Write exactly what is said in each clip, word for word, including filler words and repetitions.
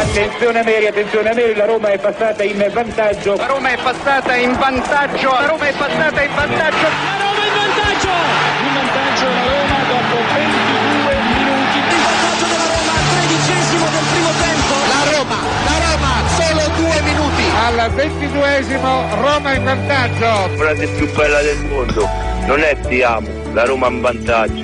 Attenzione Ameri, attenzione Ameri, la Roma è passata in vantaggio. La Roma è passata in vantaggio. La Roma è passata in vantaggio. La Roma in vantaggio. In vantaggio la Roma dopo ventidue minuti. In vantaggio della Roma al tredicesimo del primo tempo. La Roma, la Roma, solo due minuti. Al ventiduesimo Roma in vantaggio. La frase più bella del mondo, non è ti amo, la Roma in vantaggio.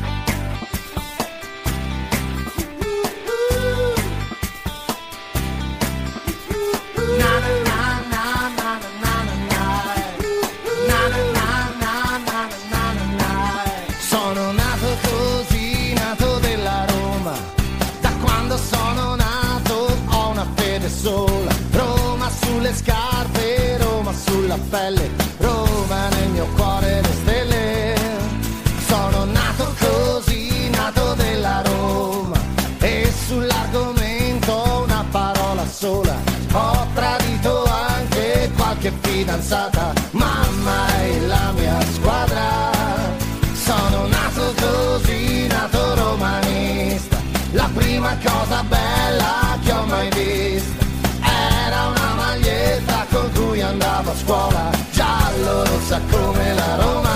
Scarpe, Roma sulla pelle, Roma nel mio cuore le stelle. Sono nato così, nato della Roma, e sull'argomento una parola sola. Ho tradito anche qualche fidanzata, mamma è la mia squadra. Sono nato così, nato romanista, la prima cosa bella che ho mai visto era una maglietta con cui andavo a scuola, giallo rossa come la Roma.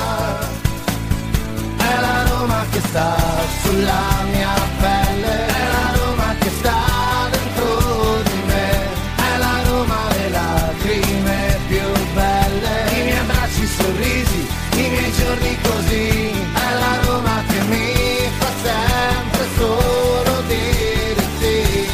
È la Roma che sta sulla mia pelle, è la Roma che sta dentro di me, è la Roma le lacrime più belle, i miei abbracci, i sorrisi, i miei giorni così, è la Roma che mi fa sempre solo dire sì.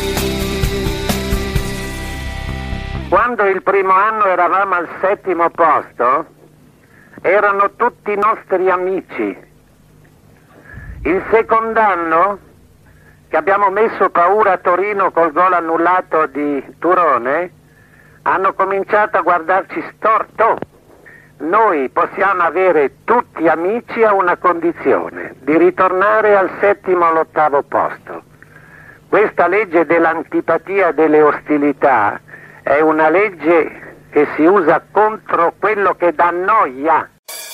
Quando il primo anno eravamo al settimo posto, erano tutti nostri amici. Il secondo anno, che abbiamo messo paura a Torino col gol annullato di Turone, hanno cominciato a guardarci storto. Noi possiamo avere tutti amici a una condizione, di ritornare al settimo o all'ottavo posto. Questa legge dell'antipatia e delle ostilità è una legge che si usa contro quello che dà noia.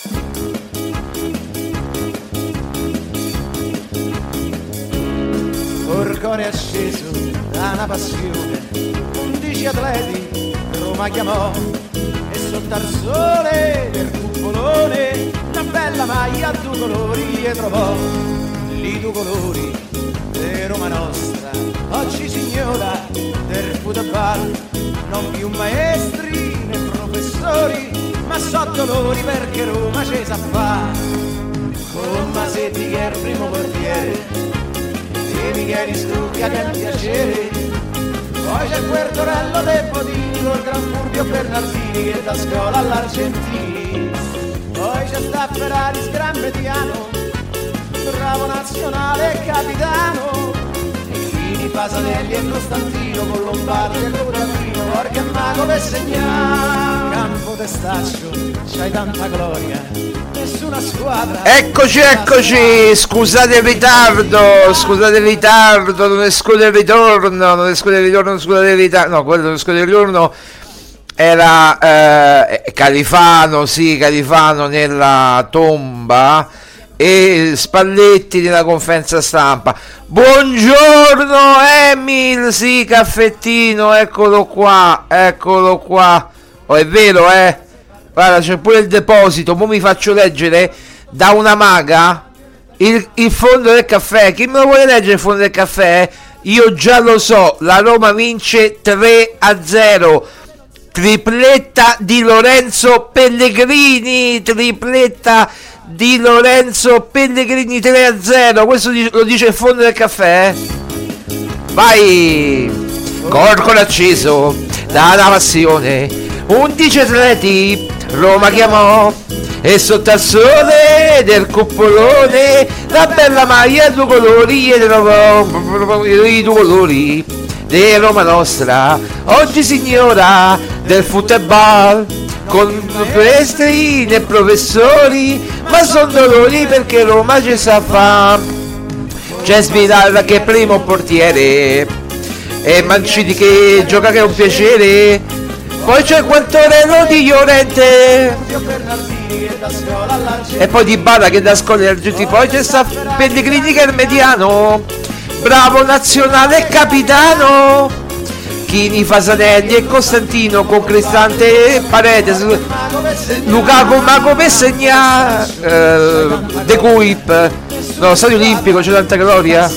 Il cuore acceso da una passione, undici atleti Roma chiamò, e sotto al sole del cupolone una bella maglia a due colori e trovò. Lì due colori di Roma nostra, oggi signora del football, non più maestri né professori, ma so dolori perché Roma ci sa fa. Con Masetti che è il primo portiere, e Micheli Stucca che è un piacere, poi c'è Guertorello De Bodini col Gran Fulvio Bernardini che da scuola all'Argentini, poi c'è sta Ferraris Gran Mediano, bravo nazionale e capitano, Pasanelli e Costantino con Lombardi e Lurandino, Orca e Mago per segnare. Campo Testaccio, c'hai tanta gloria, nessuna squadra. Eccoci, eccoci, scusate il ritardo, scusate il ritardo, non esclude il ritorno, non esclude il ritorno, non esclude il ritardo, no, quello non esclude il ritorno era eh, Califano, sì, Califano nella tomba e Spalletti nella conferenza stampa. Buongiorno Emil, sì, caffettino, eccolo qua, eccolo qua. Oh, è vero, eh? Guarda, c'è pure il deposito. Mo mi faccio leggere da una maga il, il fondo del caffè. Chi me lo vuole leggere il fondo del caffè? Io già lo so, la Roma vince tre a zero. Tripletta di Lorenzo Pellegrini, tripletta di Lorenzo Pellegrini, tre a zero. Questo lo dice il fondo del caffè. Vai! Corcolo acceso da una passione, undici atleti Roma chiamò, e sotto al sole del cupolone la bella maglia a due colori e trovò i due colori di Roma nostra, oggi signora del football, con maestri e professori, ma son dolori perché Roma ci sa fa. C'è Svidal che è primo portiere e Mancini che gioca che è un piacere, poi c'è Quantorello di Llorente e poi Di Bala che da scuola all'Argentini, poi c'è sta Pellegrini che è il mediano, bravo Nazionale capitano, Chini, Fasanelli e Costantino con Cristante e Paredes, Lukaku Mago per segnare, eh, De Kuip, no, Stadio Olimpico, c'è tanta gloria.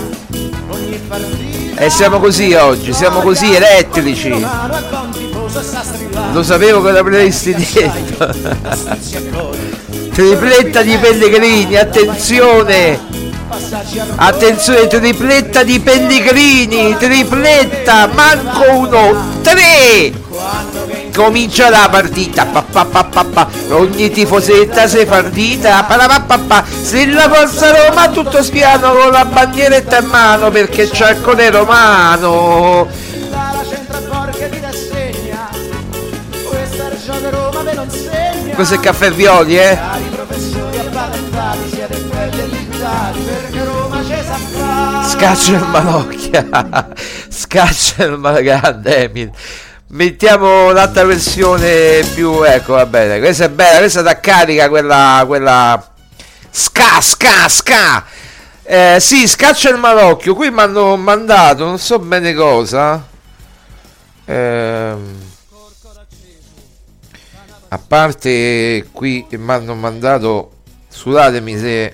E siamo così oggi, siamo così elettrici. Lo sapevo che l'avresti detto. Tripletta di Pellegrini, attenzione. Attenzione, tripletta di Pellegrini, tripletta, manco uno, tre. Comincia la partita, pa, pa, pa, pa, pa. Ogni tifosetta si è partita, pa, pa, pa, pa. Se la Forza Roma tutto spiano con la bandieretta in mano perché c'è il cone romano. Questo è Caffè Violi, eh? Scaccia il Malocchia, scaccia il Malgrande Emil. Mettiamo l'altra versione più, ecco, va bene, questa è bella, questa da carica, quella, quella ska, ska, ska. Eh, sì, scaccia il Malocchio, qui mi hanno mandato, non so bene cosa, eh, a parte qui mi hanno mandato, scusatemi se...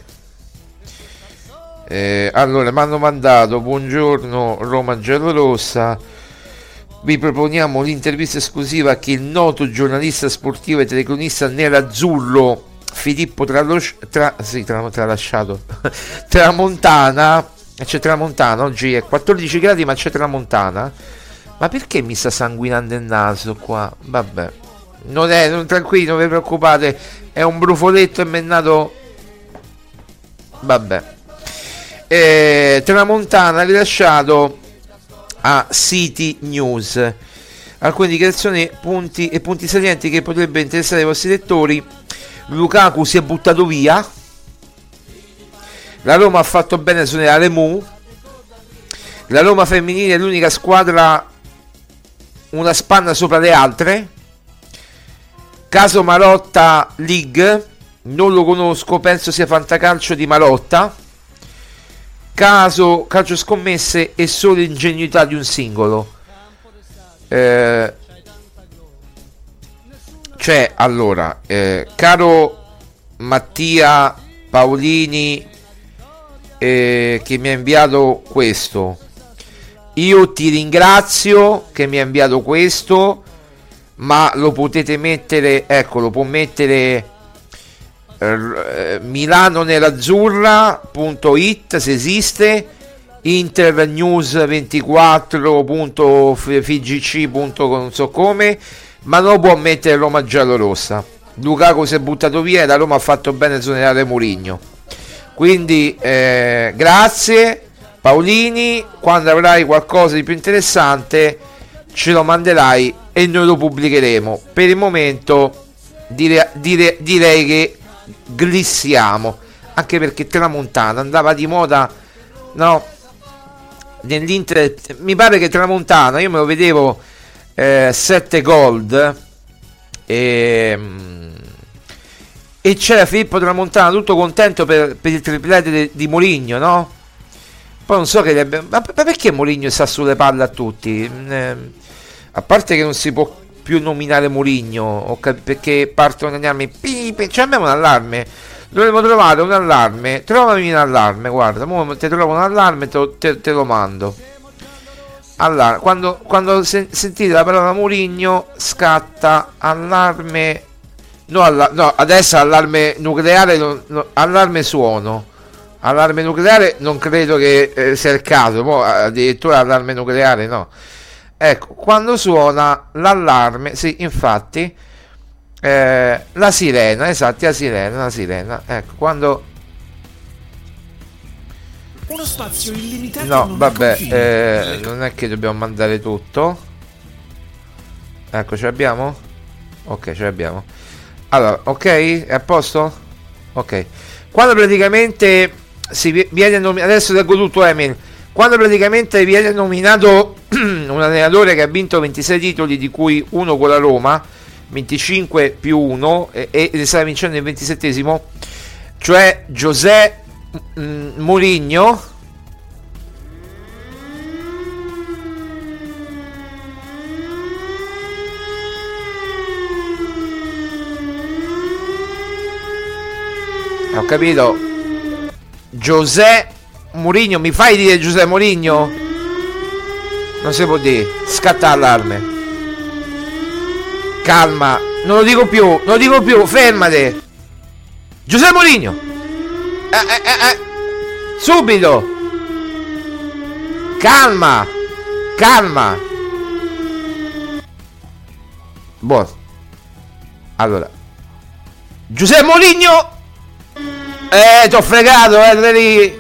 Eh, allora mi hanno mandato buongiorno Roma Giallorossa, vi proponiamo l'intervista esclusiva che il noto giornalista sportivo e telecronista nerazzurro Filippo Tralos- tra, sì, tra, tralasciato Tramontana, c'è Tramontana, oggi è quattordici gradi ma c'è Tramontana, ma perché mi sta sanguinando il naso qua? Vabbè, non è, non, tranquilli, non vi preoccupate, è un brufoletto emmennato, vabbè. Eh, Tramontana ha rilasciato a City News alcune dichiarazioni punti e punti salienti che potrebbe interessare i vostri lettori. Lukaku si è buttato via, la Roma ha fatto bene a esonerare Mu, la Roma femminile è l'unica squadra una spanna sopra le altre, caso Marotta League, non lo conosco, penso sia fantacalcio di Marotta, caso calcio scommesse e solo ingenuità di un singolo. Eh, cioè, allora, eh, caro Mattia Paolini, eh, che mi ha inviato questo, io ti ringrazio che mi ha inviato questo, ma lo potete mettere, ecco, lo può mettere Milano Nerazzurra punto it se esiste, internews ventiquattro punto fgc punto non so come, ma non può mettere Roma Giallorossa. Lukaku si è buttato via e la Roma ha fatto bene a esonerare Mourinho, quindi eh, grazie Paolini, quando avrai qualcosa di più interessante ce lo manderai e noi lo pubblicheremo. Per il momento dire, dire, direi che glissiamo, anche perché Tramontana andava di moda, no, nell'Inter, mi pare che Tramontana, io me lo vedevo eh, sette gold e, e c'era Filippo Tramontana tutto contento per, per il triplete de, di Mourinho, no? Poi non so che abbia, ma, ma perché Mourinho sta sulle palle a tutti, eh, a parte che non si può più nominare Mourinho, perché partono gli armi, pipe, cioè abbiamo un allarme, dovremmo trovare un allarme, trovami un allarme, guarda, mo ti trovo un allarme, te, te, te lo mando. Allora, quando, quando se, sentite la parola Mourinho scatta allarme, no, alla, no adesso allarme nucleare, no, no, allarme suono, allarme nucleare non credo che eh, sia il caso, mo addirittura allarme nucleare no. Ecco, quando suona l'allarme, sì, infatti, eh, la sirena, esatto, la sirena, la sirena, ecco, quando... Uno spazio illimitato. No, vabbè, eh, non è che dobbiamo mandare tutto. Ecco, ce l'abbiamo? Ok, ce l'abbiamo. Allora, ok, è a posto? Ok. Quando praticamente si viene nominato, adesso leggo tutto Emil, quando praticamente viene nominato un allenatore che ha vinto ventisei titoli, di cui uno con la Roma, venticinque più uno, e, e ne sta vincendo il ventisettesimo, cioè José mm, Mourinho, Ho capito. José Mourinho, mi fai dire José Mourinho? Non si può dire. Scatta l'allarme. Calma, non lo dico più, non lo dico più, fermate. José Mourinho. Eh, eh, eh, eh. Subito. Calma. Calma. Buono. Allora. José Mourinho. Eh, t'ho fregato, eh, vedi.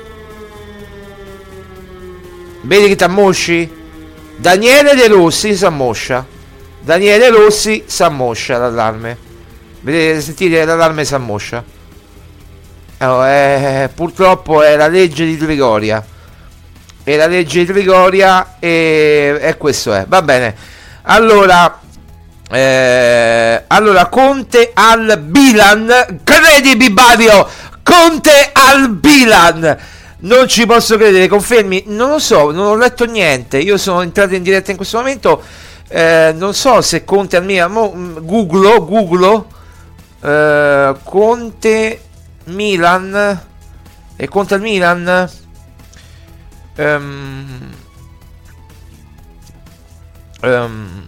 Vedi che t'ammosci? Daniele De Rossi s'ammoscia. Daniele Rossi s'ammoscia l'allarme. Vedete, sentite, l'allarme s'ammoscia. Oh, eh, purtroppo è la legge di Trigoria. È la legge di Trigoria e, e questo è. Va bene. Allora, eh, allora Conte al Milan. Credibi, Badio. Conte al Milan. Non ci posso credere, confermi? Non lo so, non ho letto niente. Io sono entrato in diretta in questo momento. Eh, non so se Conte al Milan. Mo, googlo, googlo. Eh, Conte Milan. E Conte al Milan. Um, um,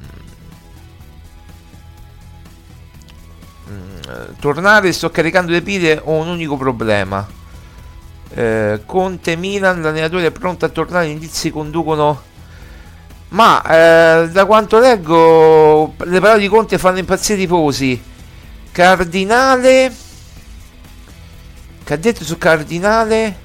tornare, sto caricando le pile, ho un unico problema. eh, Conte Milan, l'allenatore è pronto a tornare, gli indizi conducono. Ma eh, da quanto leggo le parole di Conte fanno impazzire i tifosi. Cardinale, che ha detto su Cardinale?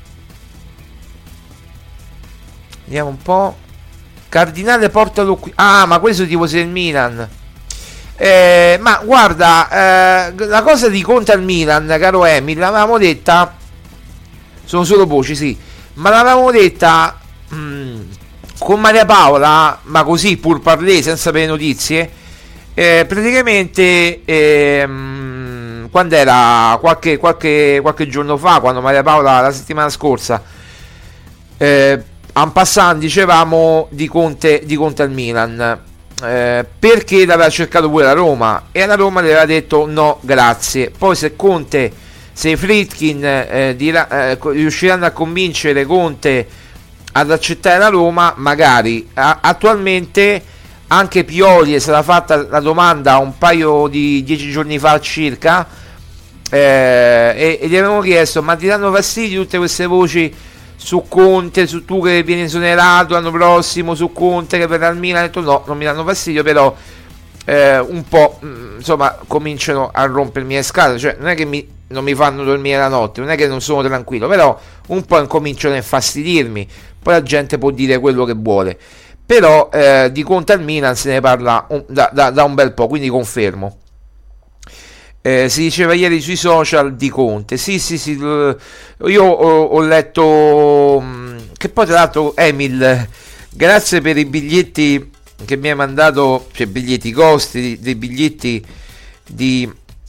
Vediamo un po'. Cardinale, portalo qui. Ah, ma questo tipo sei il Milan. Eh, ma guarda, eh, la cosa di Conte al Milan, caro Emil, l'avevamo detta. Sono solo voci, sì. Ma l'avevamo detta mh, con Maria Paola, ma così pur parlé, senza avere notizie. Eh, praticamente eh, mh, quando era qualche, qualche, qualche giorno fa, quando Maria Paola la settimana scorsa eh, en passant dicevamo di Conte, di Conte al Milan, eh, perché l'aveva cercato pure la Roma e la Roma le aveva detto no grazie. Poi se Conte, se i Friedkin eh, dirà, eh, riusciranno a convincere Conte ad accettare la Roma, magari. A- attualmente anche Pioli è stata fatta la domanda un paio di dieci giorni fa circa, eh, e, e gli avevamo chiesto ma ti danno fastidio tutte queste voci su Conte, su tu che vieni esonerato l'anno prossimo, su Conte che verrà al Milan? Ha detto no, non mi danno fastidio, però eh, un po' mh, insomma cominciano a rompermi le scatole, cioè non è che mi, non mi fanno dormire la notte, non è che non sono tranquillo, però un po' cominciano a infastidirmi. Poi la gente può dire quello che vuole, però eh, di Conte al Milan se ne parla un, da, da, da un bel po', quindi confermo. Eh, si diceva ieri sui social di Conte, sì sì sì, io ho, ho letto, che poi tra l'altro Emil, grazie per i biglietti che mi hai mandato, cioè biglietti, costi dei biglietti di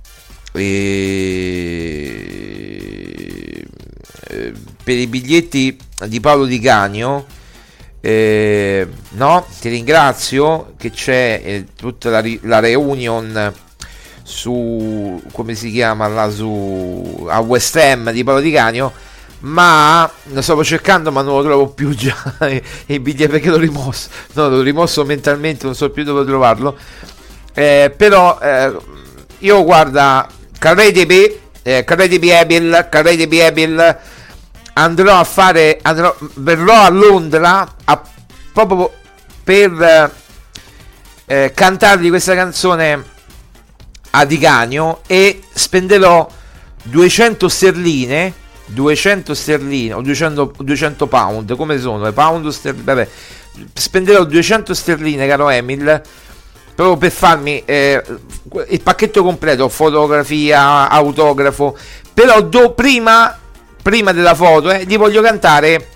eh, eh, per i biglietti di Paolo Di Canio, eh, no, ti ringrazio, che c'è eh, tutta la, la reunion su, come si chiama là, su a West Ham di Paolo Di Canio, ma lo stavo cercando ma non lo trovo più già il biglietto, perché l'ho rimosso, no, l'ho rimosso mentalmente, non so più dove trovarlo, eh, però eh, io guarda, credibi, eh, credibi Ebil, credibi Ebil, andrò a fare, andrò, verrò a Londra a, proprio per eh, cantargli questa canzone a Di Canio, e spenderò duecento sterline, duecento sterline o duecento, duecento pound, come sono? Pound sterline, vabbè, spenderò duecento sterline, caro Emil, proprio per farmi eh, il pacchetto completo, fotografia, autografo, però do, prima, prima della foto eh, gli voglio cantare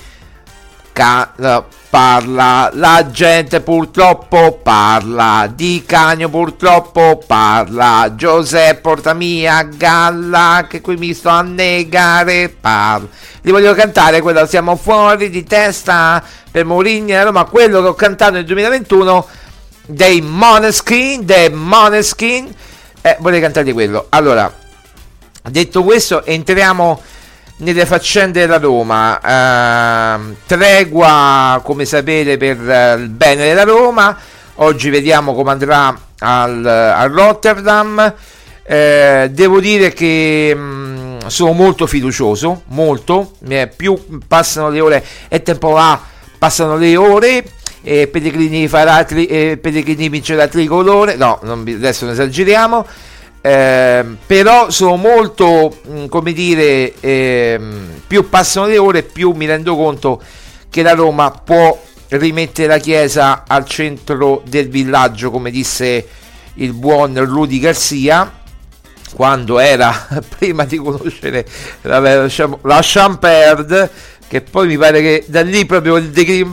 Ca- parla, la gente purtroppo parla, Di Canio purtroppo parla, Giuseppe portami a galla che qui mi sto a negare, parla. Gli voglio cantare quello, siamo fuori di testa per Mourinho a Roma, quello che ho cantato nel duemilaventuno dei Måneskin, dei Måneskin, eh, vorrei cantargli quello. Allora detto questo, entriamo nelle faccende della Roma. Uh, tregua, come sapete, per uh, il bene della Roma. Oggi vediamo come andrà al, al Rotterdam. Uh, devo dire che mh, sono molto fiducioso, molto. Più passano le ore e tempo va, passano le ore. E Pellegrini farà tri- e Pellegrini vincerà tricolore. No, non, adesso ne esageriamo. Eh, però sono molto, mh, come dire, eh, più passano le ore, più mi rendo conto che la Roma può rimettere la Chiesa al centro del villaggio, come disse il buon Rudy Garcia quando era prima di conoscere la, lasciamo, la Champerd, che poi mi pare che da lì proprio il declino.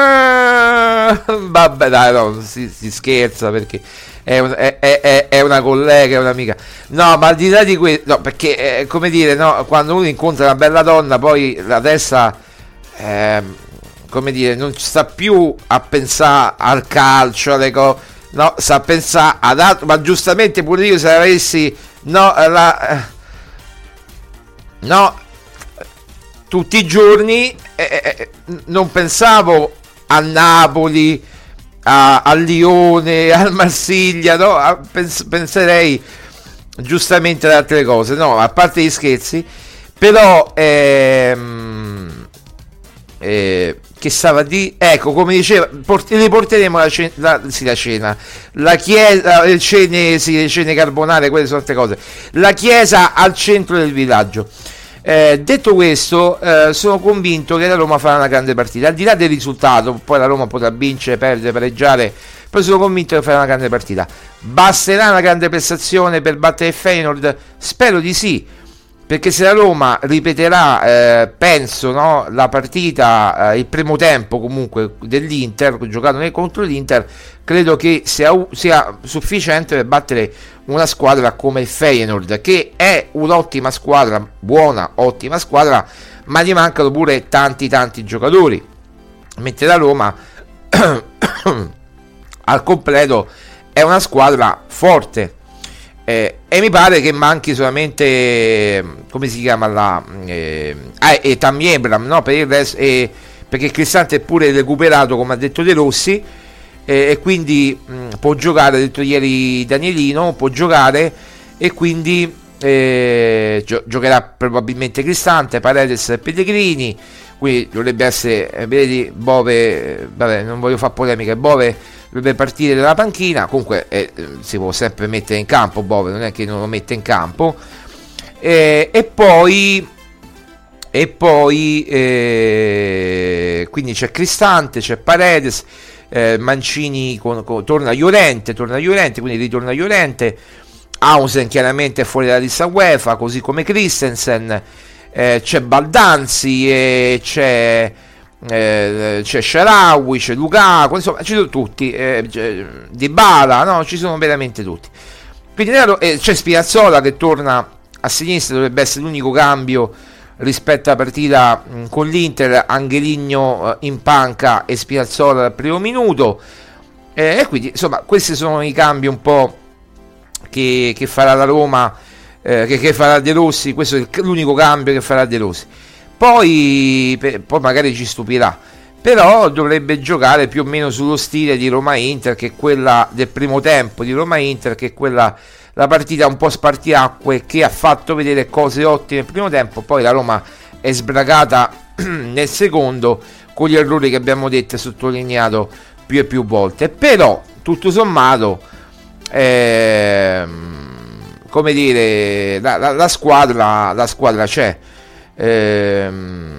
Vabbè, dai, no, si, si scherza, perché è, un, è, è, è una collega, è un'amica. No, ma al di là di questo, no, perché eh, come dire, no, quando uno incontra una bella donna, poi la testa, eh, come dire, non sta più a pensare al calcio, alle cose, no, sta a pensare ad altro. Ma giustamente pure io, se avessi, no, la, eh, no, tutti i giorni, eh, eh, non pensavo a Napoli, a, a Lione, al Marsiglia, no? A, pens- penserei giustamente ad altre cose, no? A parte gli scherzi, però ehm, eh, che stava di, ecco, come diceva, port- le porteremo la, cena, la, sì, la cena, la chiesa, le cene, sì, le cene carbonare, quelle sono altre cose, la chiesa al centro del villaggio. Eh, detto questo, eh, sono convinto che la Roma farà una grande partita, al di là del risultato. Poi la Roma potrà vincere, perdere, pareggiare, però sono convinto che farà una grande partita. Basterà una grande prestazione per battere il Feyenoord? Spero di sì, perché se la Roma ripeterà, eh, penso, no, la partita, eh, il primo tempo comunque dell'Inter, giocato contro l'Inter, credo che sia, sia sufficiente per battere una squadra come il Feyenoord, che è un'ottima squadra, buona, ottima squadra, ma gli mancano pure tanti tanti giocatori, mentre la Roma al completo è una squadra forte, eh, e mi pare che manchi solamente, come si chiama la eh, ah, e Tammy Abraham, no, per il resto, eh, perché Cristante è pure recuperato, come ha detto De Rossi, eh, e quindi mh, può giocare, ha detto ieri Danielino, può giocare, e quindi eh, gio- giocherà probabilmente Cristante, Paredes e Pellegrini, quindi dovrebbe essere, eh, vedi, Bove, vabbè, non voglio fare polemiche, Bove dovrebbe partire dalla panchina, comunque eh, si può sempre mettere in campo Bove, non è che non lo mette in campo, eh, e poi e poi eh, quindi c'è Cristante, c'è Paredes, eh, Mancini con, con, torna Llorente, torna Llorente, quindi ritorna Llorente, Hausen chiaramente è fuori dalla lista UEFA, così come Christensen, eh, c'è Baldanzi, e c'è eh, c'è Shaarawy, c'è Lukaku, insomma ci sono tutti, eh, Dybala, no, ci sono veramente tutti, quindi eh, c'è Spinazzola che torna a sinistra, dovrebbe essere l'unico cambio rispetto alla partita mh, con l'Inter, Angeligno eh, in panca e Spinazzola al primo minuto, eh, e quindi insomma questi sono i cambi un po' che, che farà la Roma, eh, che, che farà De Rossi. Questo è l'unico cambio che farà De Rossi, poi, per, poi magari ci stupirà, però dovrebbe giocare più o meno sullo stile di Roma-Inter, che è quella del primo tempo di Roma-Inter, che è quella, la partita un po' spartiacque, che ha fatto vedere cose ottime nel primo tempo, poi la Roma è sbragata nel secondo con gli errori che abbiamo detto e sottolineato più e più volte, però tutto sommato ehm, come dire, la, la, la squadra la squadra c'è. ehm,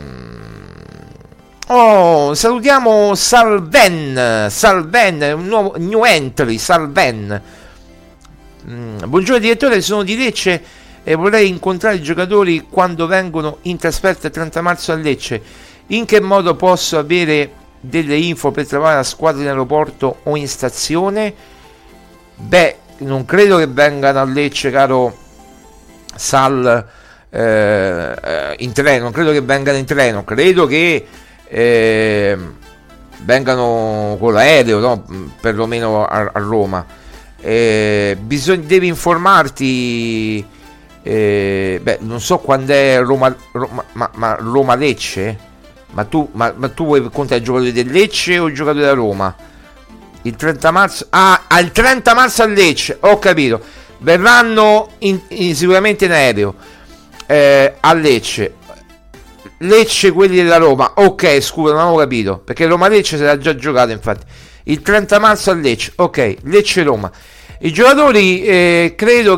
oh, salutiamo Salven Salven, un nuovo new entry, Salven. Mm, buongiorno direttore, sono di Lecce e vorrei incontrare i giocatori quando vengono in trasferta il trenta marzo a Lecce. In che modo posso avere delle info per trovare la squadra in aeroporto o in stazione? Beh, non credo che vengano a Lecce, caro Sal, eh, in treno, non credo che vengano in treno, credo che eh, vengano con l'aereo, no? Perlomeno a, a Roma. Eh, bisogna, devi informarti eh, beh, non so quando è Roma, Roma ma, ma Roma Lecce, ma tu, ma, ma tu vuoi contare i giocatori del Lecce o i giocatori della Roma? Il trenta marzo, ah, al trenta marzo a Lecce, ho capito, verranno in, in, sicuramente in aereo eh, a Lecce. Lecce quelli della Roma, ok, scusa, non avevo capito, perché Roma-Lecce si era già giocato, infatti. Il trenta marzo a Lecce, ok, Lecce-Roma. I giocatori eh, credo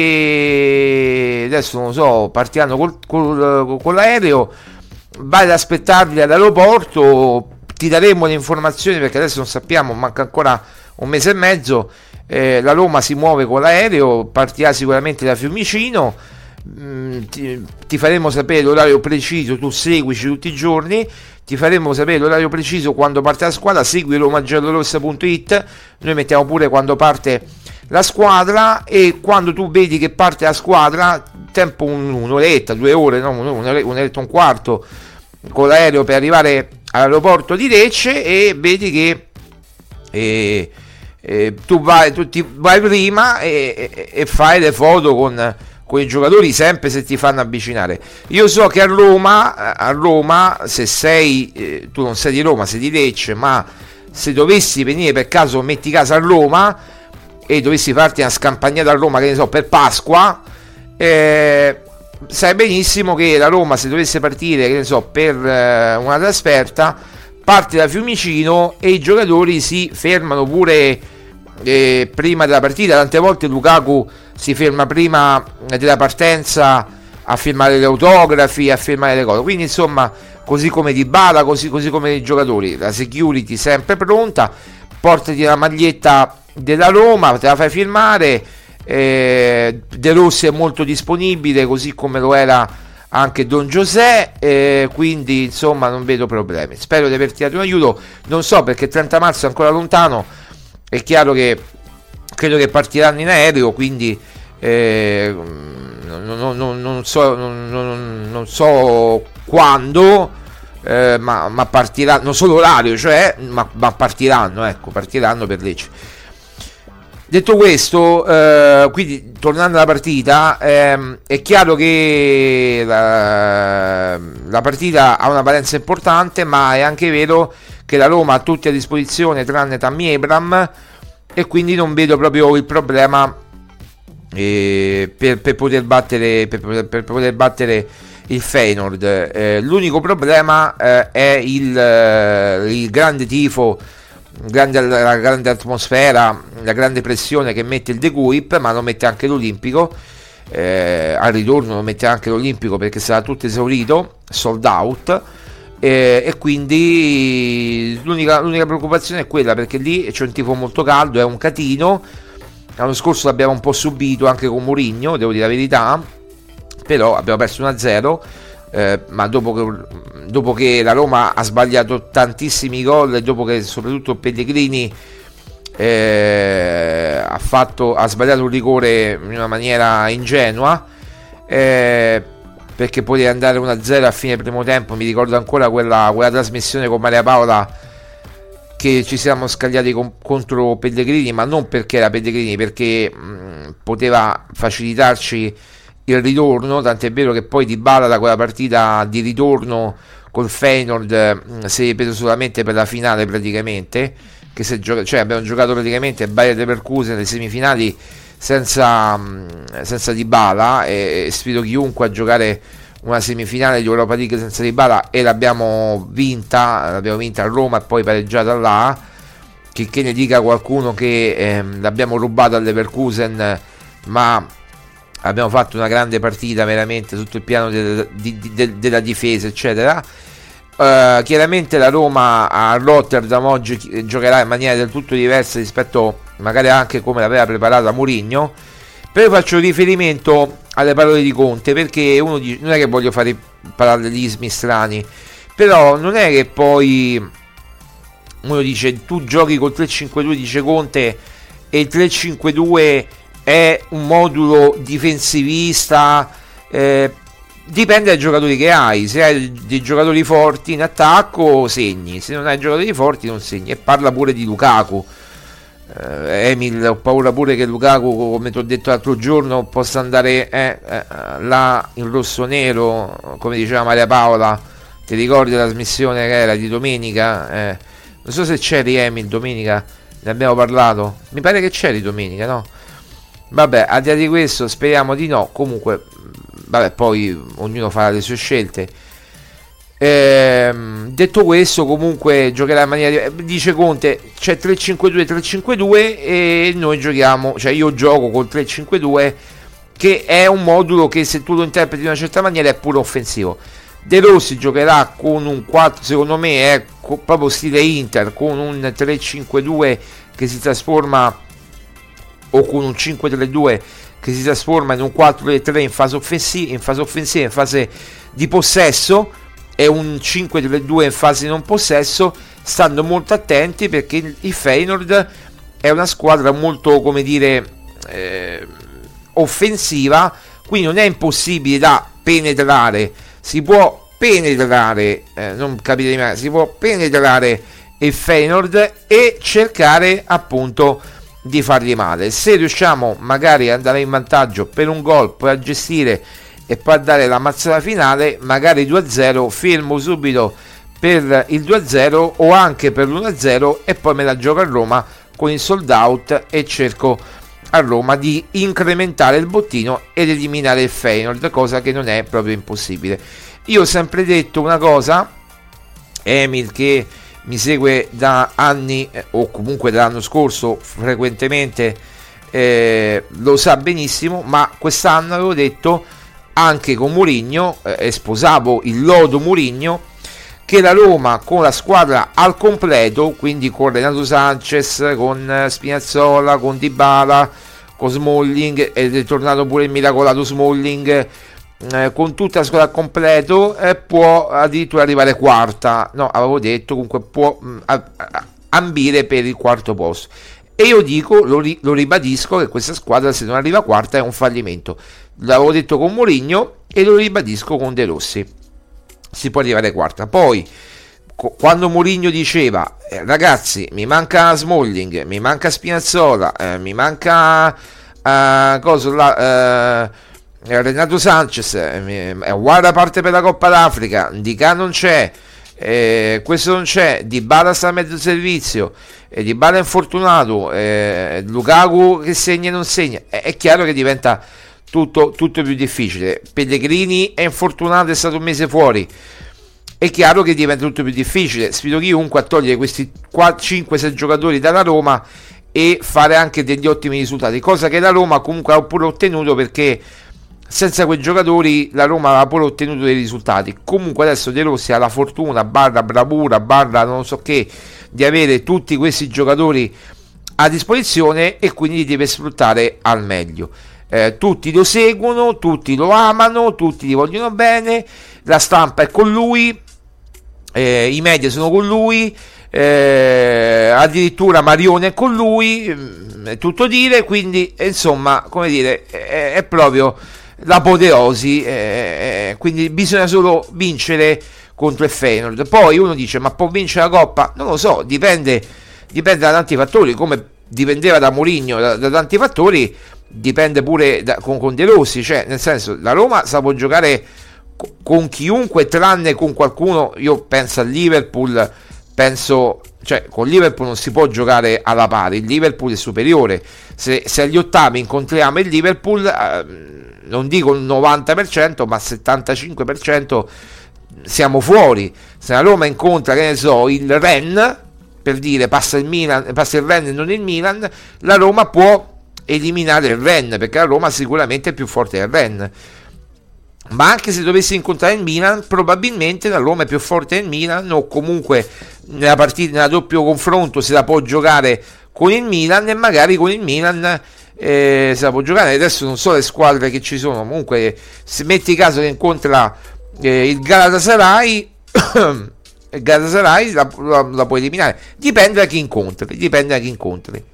che adesso non lo so, partiranno col, col, con l'aereo, vai ad aspettarli all'aeroporto, ti daremo le informazioni perché adesso non sappiamo, manca ancora un mese e mezzo. Eh, la Roma si muove con l'aereo, partirà sicuramente da Fiumicino. Mm, ti, ti faremo sapere l'orario preciso, tu seguici tutti i giorni, ti faremo sapere l'orario preciso quando parte la squadra. Segui romagiallorossa punto it, noi mettiamo pure quando parte la squadra, e quando tu vedi che parte la squadra, tempo un, un'oretta, due ore, no, un'oretta, un'oretta e un quarto con l'aereo per arrivare all'aeroporto di Lecce, e vedi che eh, eh, tu vai, tu ti vai prima e, e, e fai le foto con con i giocatori, sempre se ti fanno avvicinare. Io so che a Roma, a Roma se sei, eh, tu non sei di Roma, sei di Lecce, ma se dovessi venire per caso, metti casa a Roma e dovessi farti una scampagnata a Roma, che ne so, per Pasqua, eh, sai benissimo che la Roma, se dovesse partire, che ne so, per eh, una trasferta, parte da Fiumicino e i giocatori si fermano pure eh, prima della partita. Tante volte Lukaku si ferma prima della partenza a firmare gli autografi, a firmare le cose, quindi insomma, così come Dybala, così, così come i giocatori, la security sempre pronta. Portati la maglietta della Roma, te la fai firmare. eh, De Rossi è molto disponibile, così come lo era anche Don José, eh, quindi insomma non vedo problemi. Spero di averti dato un aiuto. Non so, perché il trenta marzo è ancora lontano, è chiaro che credo che partiranno in aereo, quindi eh, non, non, non, non, so, non, non, non so quando, eh, ma, ma partiranno, non solo l'orario, cioè, ma, ma partiranno, ecco, partiranno per Lecce. Detto questo, eh, quindi tornando alla partita, ehm, è chiaro che la, la partita ha una valenza importante, ma è anche vero che la Roma ha tutti a disposizione tranne Tammy Abraham, e quindi non vedo proprio il problema eh, per, per poter battere per, per poter battere il Feyenoord. Eh, l'unico problema eh, è il, eh, il grande tifo, grande, la grande atmosfera, la grande pressione che mette il De Kuip, ma lo mette anche l'Olimpico. Eh, al ritorno lo mette anche l'Olimpico, perché sarà tutto esaurito, sold out. Eh, e quindi l'unica, l'unica preoccupazione è quella, perché lì c'è un tifo molto caldo, è un catino. L'anno scorso l'abbiamo un po' subito anche con Mourinho, devo dire la verità, però abbiamo perso uno a zero, eh, ma dopo che, dopo che la Roma ha sbagliato tantissimi gol, e dopo che soprattutto Pellegrini eh, ha, fatto, ha sbagliato un rigore in una maniera ingenua, eh, perché poteva andare uno a zero a fine primo tempo. Mi ricordo ancora quella, quella trasmissione con Maria Paola, che ci siamo scagliati con, contro Pellegrini, ma non perché era Pellegrini, perché mh, poteva facilitarci il ritorno, tant'è vero che poi Dybala da quella partita di ritorno col Feyenoord mh, si è preso solamente per la finale, praticamente, che se gioca- cioè abbiamo giocato praticamente Bayer Leverkusen nelle semifinali senza, senza Dybala, e sfido chiunque a giocare una semifinale di Europa League senza Dybala, e l'abbiamo vinta l'abbiamo vinta a Roma e poi pareggiata là, che, che ne dica qualcuno che ehm, l'abbiamo rubata al Leverkusen, ma abbiamo fatto una grande partita veramente sotto il piano de, de, de, de, della difesa, eccetera. Uh, chiaramente la Roma a Rotterdam oggi giocherà in maniera del tutto diversa rispetto magari anche come l'aveva preparata Mourinho, però faccio riferimento alle parole di Conte, perché uno dice, non è che voglio fare parallelismi strani, però non è che poi uno dice tu giochi col tre cinque due, dice Conte, e il tre cinque due è un modulo difensivista, eh, dipende dai giocatori che hai. Se hai dei giocatori forti in attacco segni, se non hai giocatori forti non segni. E parla pure di Lukaku, eh, Emil, ho paura pure che Lukaku, come ti ho detto l'altro giorno, possa andare eh, eh, là in rosso-nero, come diceva Maria Paola. Ti ricordi la trasmissione che era di domenica? Eh, non so se c'eri, Emil, domenica, ne abbiamo parlato, mi pare che c'eri domenica, no? Vabbè, al di là di questo speriamo di no. Comunque vabbè, poi ognuno farà le sue scelte. Ehm, detto questo, comunque giocherà in maniera, dice Conte, c'è tre cinque due tre cinque due e noi giochiamo, cioè io gioco col tre cinque due, che è un modulo che, se tu lo interpreti in una certa maniera, è pure offensivo. De Rossi giocherà con un quattro, secondo me è co- proprio stile Inter, con un tre cinque due che si trasforma, o con un cinque tre due che si trasforma in un quattro tre tre in fase offensiva, in fase offensiva, in fase di possesso, e un cinque tre due in fase di non possesso, stando molto attenti, perché il Feyenoord è una squadra molto, come dire, eh, offensiva, quindi non è impossibile da penetrare, si può penetrare, eh, non capite mai, si può penetrare il Feyenoord e cercare appunto di fargli male. Se riusciamo magari ad andare in vantaggio per un gol, poi a gestire e poi a dare la mazzata finale, magari due a zero, fermo subito per il due a zero o anche per l'uno a zero, e poi me la gioco a Roma con il sold out e cerco a Roma di incrementare il bottino ed eliminare il Feyenoord, cosa che non è proprio impossibile. Io ho sempre detto una cosa, Emil, che mi segue da anni, eh, o comunque dall'anno scorso frequentemente, eh, lo sa benissimo, ma quest'anno avevo detto, anche con Mourinho, eh, sposavo il lodo Mourinho, che la Roma con la squadra al completo, quindi con Renato Sanchez, con Spinazzola, con Dybala, con Smalling, ed è tornato pure il miracolato Smalling, eh, con tutta la squadra al completo, eh, può addirittura arrivare quarta, no, avevo detto, comunque può mh, a, a, ambire per il quarto posto. E io dico, lo, ri, lo ribadisco, che questa squadra, se non arriva quarta, è un fallimento. L'avevo detto con Mourinho e lo ribadisco con De Rossi, si può arrivare quarta. Poi co- quando Mourinho diceva, eh, ragazzi, mi manca Smalling, mi manca Spinazzola, eh, mi manca eh, cosa là, eh, Renato Sanchez, eh, guarda, parte per la Coppa d'Africa, Ndicà non c'è, eh, questo non c'è, Dybala sta a mezzo servizio, eh, Dybala è infortunato, eh, Lukaku che segna e non segna, eh, è chiaro che diventa tutto, tutto più difficile. Pellegrini è infortunato, è stato un mese fuori, è chiaro che diventa tutto più difficile. Sfido chiunque a togliere questi cinque sei giocatori dalla Roma e fare anche degli ottimi risultati, cosa che la Roma comunque ha pure ottenuto, perché senza quei giocatori la Roma aveva pure ottenuto dei risultati. Comunque adesso De Rossi ha la fortuna, barra bravura, barra non so che, di avere tutti questi giocatori a disposizione, e quindi li deve sfruttare al meglio. Eh, tutti lo seguono, tutti lo amano, tutti gli vogliono bene, la stampa è con lui, eh, i media sono con lui, eh, addirittura Marione è con lui, è tutto dire, quindi insomma, come dire, è, è proprio l'apoteosi, eh, quindi bisogna solo vincere contro il Feyenoord. Poi uno dice, ma può vincere la Coppa? Non lo so, dipende, dipende da tanti fattori, come dipendeva da Mourinho, da, da tanti fattori, dipende pure da, con, con De Rossi, cioè nel senso, la Roma sa può giocare co- con chiunque tranne con qualcuno. Io penso al Liverpool, penso, cioè con Liverpool non si può giocare alla pari, il Liverpool è superiore. Se, se agli ottavi incontriamo il Liverpool, eh, non dico il novanta per cento, ma il settantacinque per cento siamo fuori. Se la Roma incontra, che ne so, il Rennes, per dire, passa il Milan, passa il Rennes e non il Milan, la Roma può eliminare il Rennes, perché la Roma sicuramente è più forte del Rennes. Ma anche se dovesse incontrare il Milan, probabilmente la Roma è più forte del Milan, o comunque nella partita, nella doppio confronto, se la può giocare con il Milan, e magari con il Milan eh, se la può giocare. Adesso non so le squadre che ci sono, comunque se metti caso che incontra eh, il Galatasaray il Galatasaray la, la, la puoi eliminare, dipende da chi incontri, dipende da chi incontri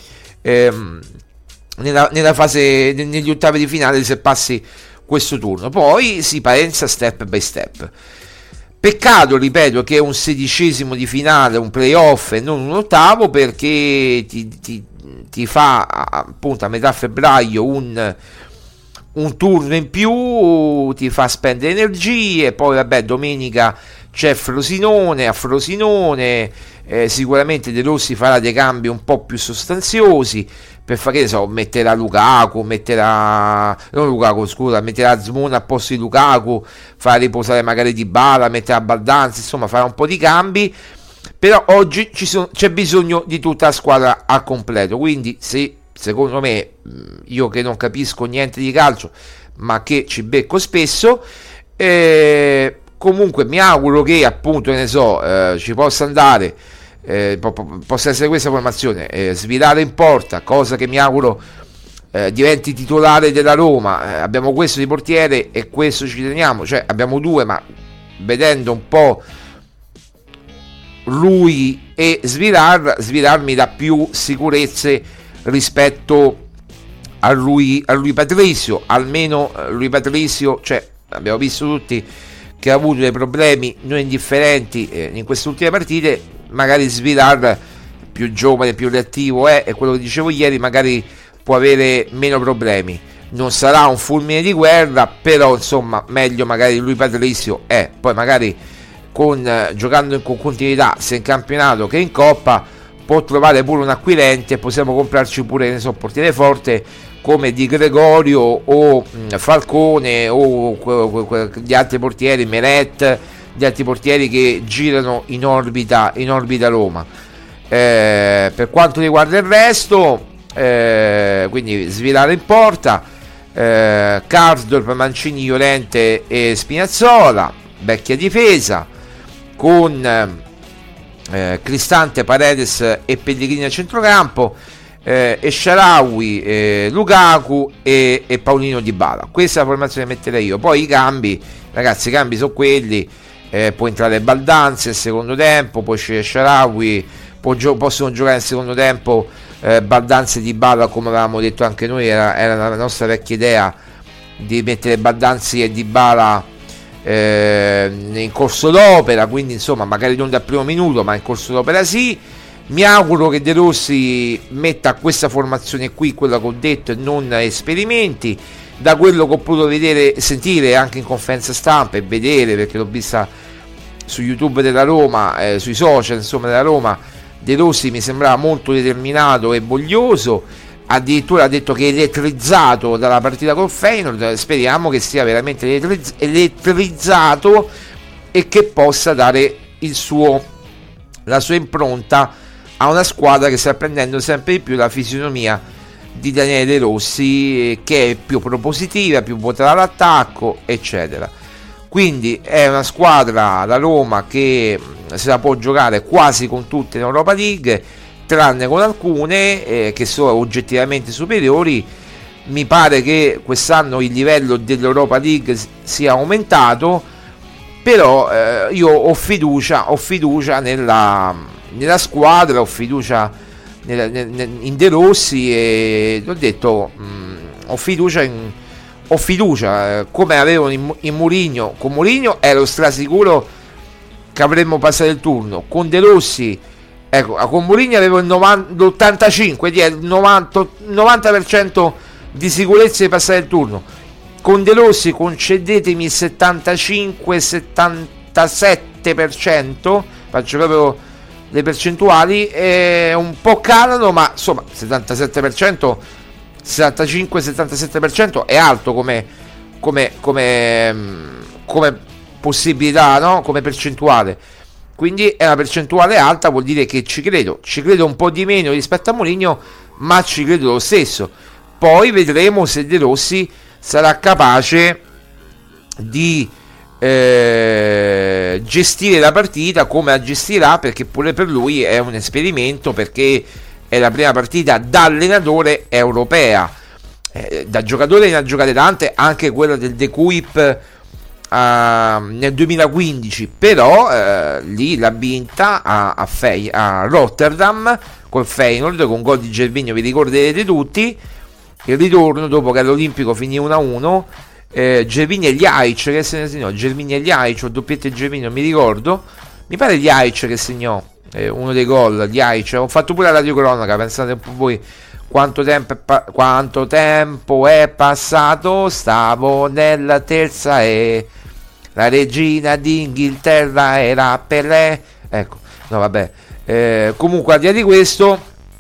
ehm, nella, nella fase, negli ottavi di finale, se passi questo turno. Poi si pensa step by step. Peccato, ripeto, che è un sedicesimo di finale, un playoff e non un ottavo, perché ti, ti, ti fa appunto a metà febbraio un, un turno in più, ti fa spendere energie, poi vabbè domenica c'è Frosinone, a Frosinone eh, sicuramente De Rossi farà dei cambi un po' più sostanziosi, per fare, che so, metterà Lukaku, metterà non Lukaku scusa, metterà Zmuna a posto di Lukaku, farà riposare magari Dybala, metterà Baldanzi, insomma farà un po' di cambi, però oggi ci sono, c'è bisogno di tutta la squadra al completo, quindi se secondo me, io che non capisco niente di calcio ma che ci becco spesso, eh, comunque mi auguro che appunto, ne so, eh, ci possa andare, eh, po- po- possa essere questa formazione, eh, Svilare in porta, cosa che mi auguro eh, diventi titolare della Roma. Eh, abbiamo questo di portiere e questo ci teniamo, cioè abbiamo due, ma vedendo un po' lui e Svilar, Svilar mi dà più sicurezze rispetto a lui, a lui Patrizio, almeno lui Patrizio, cioè abbiamo visto tutti che ha avuto dei problemi non indifferenti eh, in queste ultime partite, magari Svilar più giovane, più reattivo è, e quello che dicevo ieri, magari può avere meno problemi, non sarà un fulmine di guerra, però insomma meglio magari lui Patrizio è, poi magari con, eh, giocando in, con continuità sia in campionato che in Coppa può trovare pure un acquirente, possiamo comprarci pure, ne so, portiere forte come Di Gregorio o mh, Falcone o que- que- gli altri portieri, Meret, gli altri portieri che girano in orbita, in orbita Roma. Eh, per quanto riguarda il resto, eh, quindi Svilare in porta, eh, Karsdorp, Mancini, Llorente e Spinazzola, vecchia difesa con eh, Cristante, Paredes e Pellegrini a centrocampo, eh, e Shaarawy, eh, Lukaku e, e Paolino Dybala. Questa è la formazione che metterei io. Poi i cambi, ragazzi, i cambi sono quelli, eh, può entrare Baldanzi nel secondo tempo, poi c'è Shaarawy, può gio- possono giocare nel secondo tempo eh, Baldanzi e Dybala, come avevamo detto anche noi, era, era la nostra vecchia idea di mettere Baldanzi e Dybala eh, in corso d'opera, quindi insomma magari non dal primo minuto ma in corso d'opera sì. Mi auguro che De Rossi metta questa formazione qui, quella che ho detto, e non esperimenti. Da quello che ho potuto vedere, sentire anche in conferenza stampa e vedere, perché l'ho vista su YouTube della Roma, eh, sui social insomma della Roma, De Rossi mi sembrava molto determinato e voglioso, addirittura ha detto che è elettrizzato dalla partita col Feyenoord. Speriamo che sia veramente elettrizz- elettrizzato e che possa dare il suo, la sua impronta a una squadra che sta prendendo sempre di più la fisionomia di Daniele De Rossi, che è più propositiva, più votata all'attacco, eccetera. Quindi è una squadra, la Roma, che se la può giocare quasi con tutte in Europa League, tranne con alcune eh, che sono oggettivamente superiori. Mi pare che quest'anno il livello dell'Europa League sia aumentato, però eh, io ho fiducia, ho fiducia nella nella squadra, ho fiducia nel, nel, in De Rossi, e l'ho detto, mh, ho fiducia in, ho fiducia eh, come avevo in, in Mourinho. Con Mourinho ero strasicuro che avremmo passato il turno, con De Rossi ecco, con Mourinho avevo il novanta, l'ottantacinque, il novanta, novanta per cento di sicurezza di passare il turno. Con De Rossi concedetemi il settantacinque settantasette per cento, faccio proprio le percentuali, eh, un po' calano, ma insomma settantasette per cento, settantacinque settantasette per cento è alto come, come, come, come possibilità, no? Come percentuale, quindi è una percentuale alta, vuol dire che ci credo, ci credo un po' di meno rispetto a Mourinho, ma ci credo lo stesso. Poi vedremo se De Rossi sarà capace di Eh, gestire la partita come la gestirà, perché pure per lui è un esperimento, perché è la prima partita da allenatore europea. Eh, da giocatore ne ha giocate tante, anche quella del De Kuip uh, nel duemilaquindici, però eh, lì l'ha vinta a, a, Fey, a Rotterdam col Feyenoord con gol di Gervinho, vi ricorderete tutti. Il ritorno, dopo che all'Olimpico finì uno a uno, eh, Germini e Ljajic che se ne segnò, Germini e Ljajic o doppietta Germini, non mi ricordo, mi pare Ljajic che segnò eh, uno dei gol. Ljajic, ho fatto pure la radiocronaca, pensate un po' voi quanto tempo è, pa- quanto tempo è passato, stavo nella terza e la regina d'Inghilterra era Pelé, ecco, no vabbè, eh, comunque al di là di questo,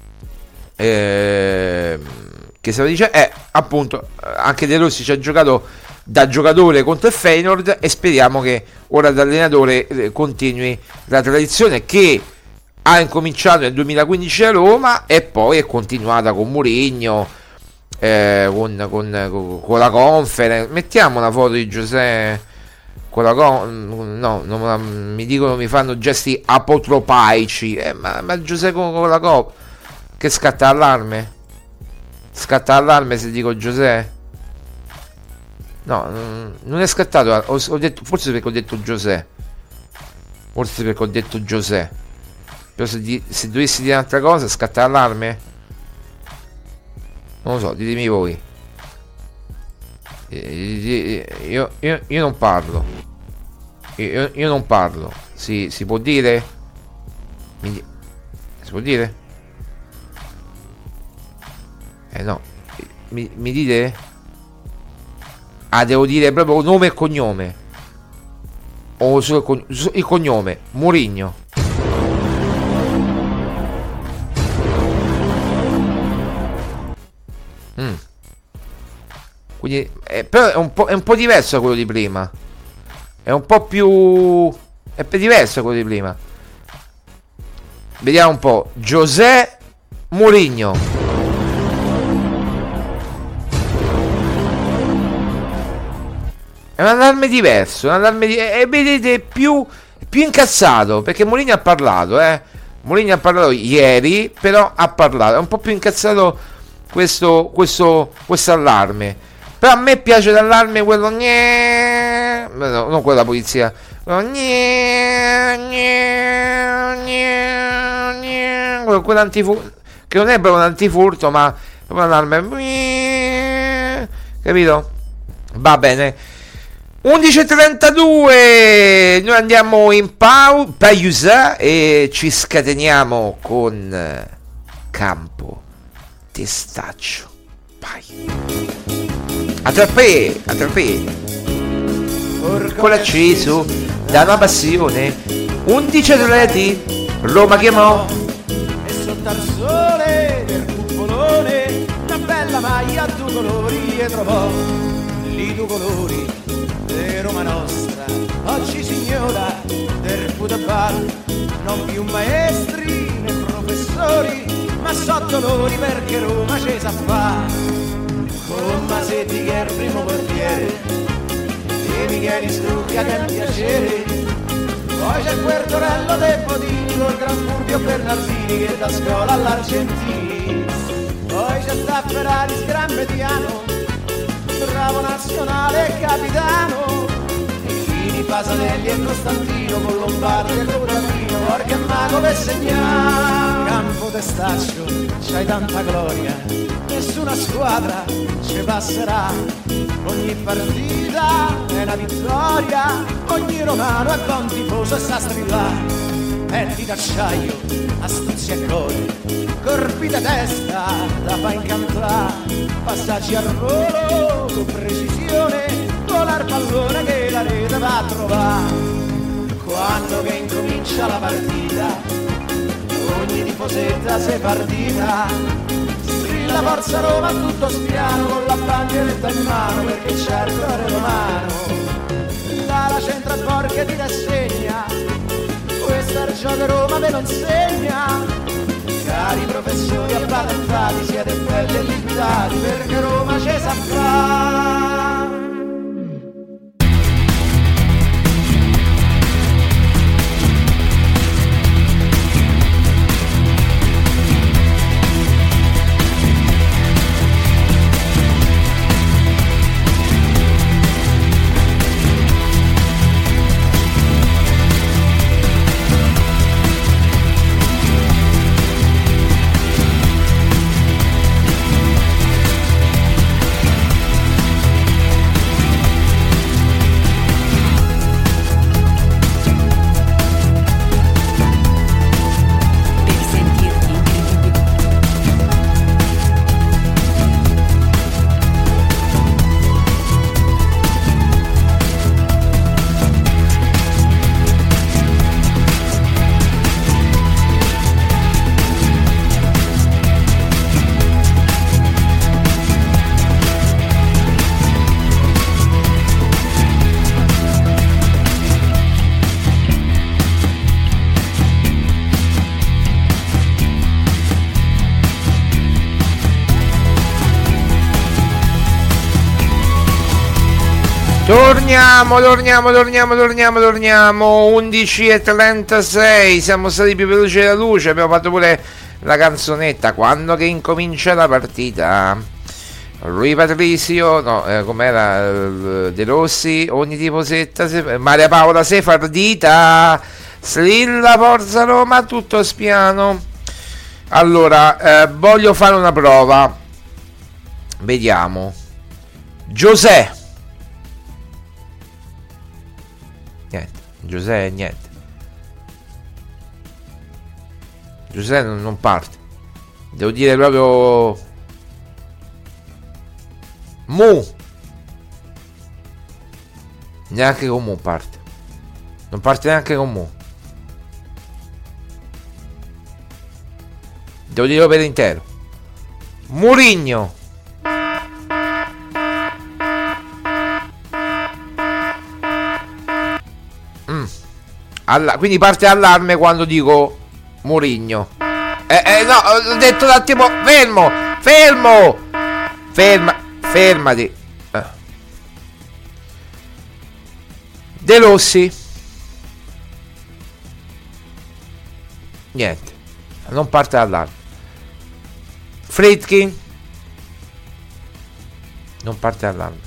eh, che stavo dicendo, eh, appunto, anche De Rossi ci ha giocato da giocatore contro il Feyenoord e speriamo che ora da allenatore eh, continui la tradizione che ha incominciato nel duemilaquindici a Roma e poi è continuata con Mourinho, eh, con, con, con la Conference. Mettiamo una foto di Giuseppe con la con, no, non, mi dicono, mi fanno gesti apotropaici, eh, ma, ma Giuseppe con, con la Coppa, che scatta allarme? Scatta allarme se dico Giuseppe? No, non è scattato, ho, ho detto, forse perché ho detto Giuseppe, forse perché ho detto Giuseppe. Però se, di, se dovessi dire un'altra cosa, scatta allarme? Non lo so, ditemi voi. Io, io, io non parlo. Io, io non parlo. Si, si può dire? Mi, si può dire? Eh no. Mi, mi dite? Ah, devo dire proprio nome e cognome. O solo il, cogn- il cognome. Mourinho. Mm. Quindi, eh, però è un, po', è un po' diverso da quello di prima. È un po' più. È più diverso da quello di prima. Vediamo un po'. José Mourinho. È un allarme diverso. Un allarme di... E vedete più, più incazzato. Perché Mourinho ha parlato, eh. Mourinho ha parlato ieri. Però ha parlato. È un po' più incazzato. Questo, questo, questo allarme. Però a me piace l'allarme quello gne... no, non quella polizia, quello gne... Gne... Gne... quello, quello antifurto, che non è proprio un antifurto, ma proprio un allarme, capito? Va bene. undici e trentadue, noi andiamo in pau- pausa e ci scateniamo con Campo Testaccio. Vai. A trappè, a trappè. Con acceso da una passione. undici atleti, Roma chiamò. E sotto al sole del cupolone una bella maglia a due colori e trovò. Lì due colori di Roma nostra. Oggi signora del football, non più maestri né professori, ma sotto loro perché Roma ci sa fa. Con Masetti che è il primo portiere e Micheli Strucca che è un piacere. Poi c'è quel Torello dei Bodini col Gran Fulvio Bernardini che da scuola all'Argentini. Poi c'è sta Ferrari Gran Mediano, bravo nazionale e capitano. Fini, Pasanelli e Costantino con Lombardo e Cotapino, porca mago per segnare. Campo Testaccio, c'hai tanta gloria, nessuna squadra ci passerà. Ogni partita è una vittoria, ogni romano è buon tifoso e sa strillare. Petti d'acciaio, astuzia e gol, colpi da testa da fa incantare. Passaggi al volo con precisione, volar pallone che la rete va a trovare. Quando che incomincia la partita, ogni tifosetta si è partita. Strilla Forza Roma a tutto spiano con la bandieretta in mano perché c'è il cuore romano. Là la centra Borghi ti rassegna, questo è il gioco Roma ve lo insegna. Cari professori appatentati, siete belli e liquidati perché Roma ci sa fare. Torniamo, torniamo, torniamo, torniamo, torniamo. undici e trentasei. Siamo stati più veloci della luce. Abbiamo fatto pure la canzonetta. Quando che incomincia la partita? Rui Patricio, no, eh, com'era? De Rossi, ogni tipo setta. Se, Maria Paola Sefardita. Slilla, Forza Roma, tutto spiano. Allora, eh, voglio fare una prova. Vediamo. Giuseppe. Niente, Giuseppe niente. Giuseppe non, non parte. Devo dire proprio Mu. Neanche con Mu parte. Non parte neanche con Mu. Devo dirlo per intero. Mourinho. Alla, quindi parte allarme quando dico Mourinho. Eh, eh no, ho detto un attimo. Fermo, fermo, ferma, fermati. eh. De Rossi. Niente, non parte allarme. Friedkin. Non parte allarme.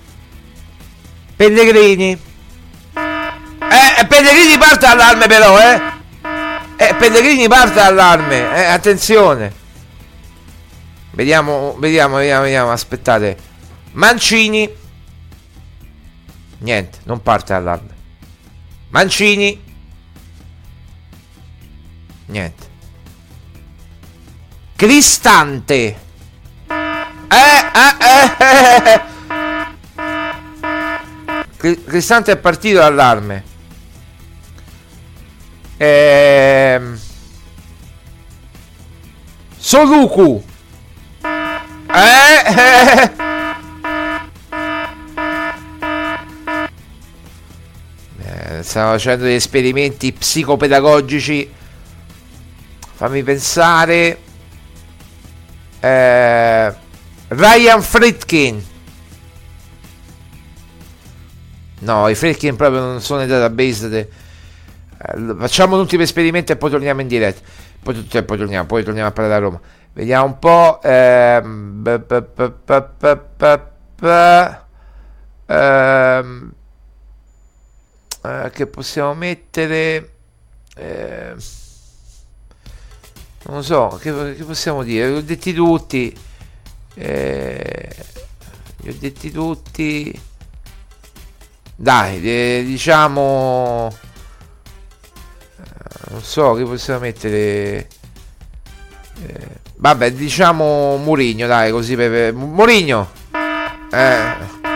Pellegrini. Eh, Pellegrini parte allarme però, eh. Eh, Pellegrini parte allarme, eh, attenzione. Vediamo, vediamo, vediamo, vediamo, aspettate. Mancini. Niente, non parte allarme. Mancini. Niente. Cristante. Eh, eh, eh, eh. Cristante è partito d'allarme. Ehm... Soluku. Eh, eh. Eh, stiamo facendo degli esperimenti psicopedagogici. Fammi pensare. eh, Ryan Friedkin. No, i Friedkin proprio non sono nei database de... eh, facciamo l'ultimo esperimento e poi torniamo in diretta. Poi, cioè, poi torniamo poi torniamo a parlare da Roma. Vediamo un po'. ehm, b- b- b- b- b- b- b- ehm, eh, che possiamo mettere. eh, non lo so, che, che possiamo dire? Li ho detti tutti. eh, li ho detti tutti. Dai, eh, diciamo, eh, non so che possiamo mettere. Eh, vabbè, diciamo Mourinho, dai, così per, per Mourinho. Eh.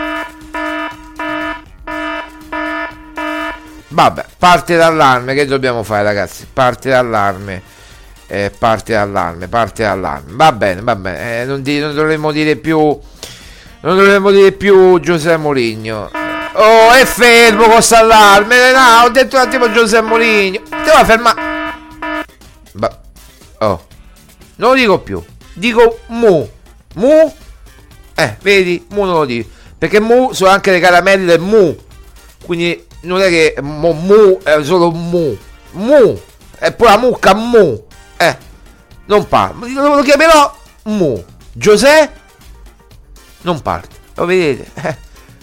Vabbè, parte d'allarme, che dobbiamo fare, ragazzi? Parte d'allarme. Eh, parte d'allarme, parte d'allarme. Va bene, va bene. Eh, non, di, non dovremmo dire più. Non dovremmo dire più Giuseppe Mourinho. Oh, è fermo con quest'allarme. No, ho detto un attimo Giuseppe Mourinho. Ti devo fermare. Ba- oh, non lo dico più. Dico Mu. Mu. Eh, vedi? Mu non lo dico. Perché Mu sono anche le caramelle Mu. Quindi non è che mo, Mu è solo Mu. Mu. E poi la mucca Mu. Eh, non parlo. Lo chiamerò Mu. Giuseppe non parte. Lo vedete? Eh.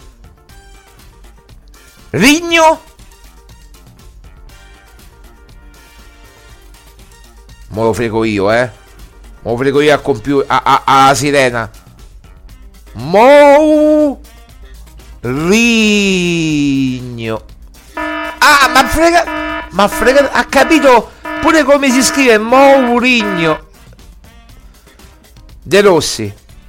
Rigno. Mo lo frego io, eh. Mo lo frego io al computer, a, a, a, a sirena. Mo Rigno. Ah, ma frega. Ma frega. Ha capito pure come si scrive Mourinho. De Rossi.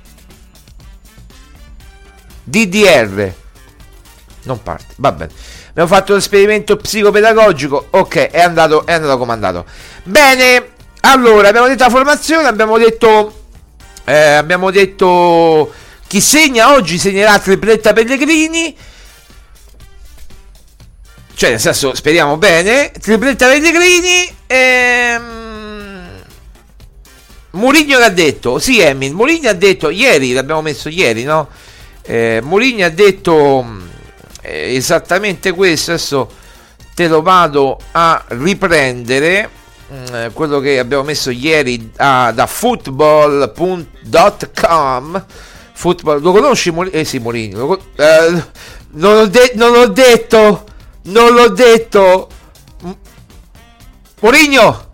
D D R. Non parte, va bene. Abbiamo fatto un esperimento psicopedagogico. Ok, è andato, è andato come è andato. Bene, allora abbiamo detto la formazione. Abbiamo detto eh, Abbiamo detto chi segna oggi. Segnerà tripletta Pellegrini. Cioè, nel senso, speriamo bene. Tripletta Pellegrini. ehm... Mourinho l'ha detto. Sì, Emil, Mourinho ha detto ieri. L'abbiamo messo ieri, no? eh, Mourinho ha detto esattamente questo. Adesso te lo vado a riprendere, eh, quello che abbiamo messo ieri ah, da football punto com. Football, lo conosci? Eh sì, Mourinho. Lo, eh, non, ho de- non l'ho detto, non l'ho detto. Mourinho,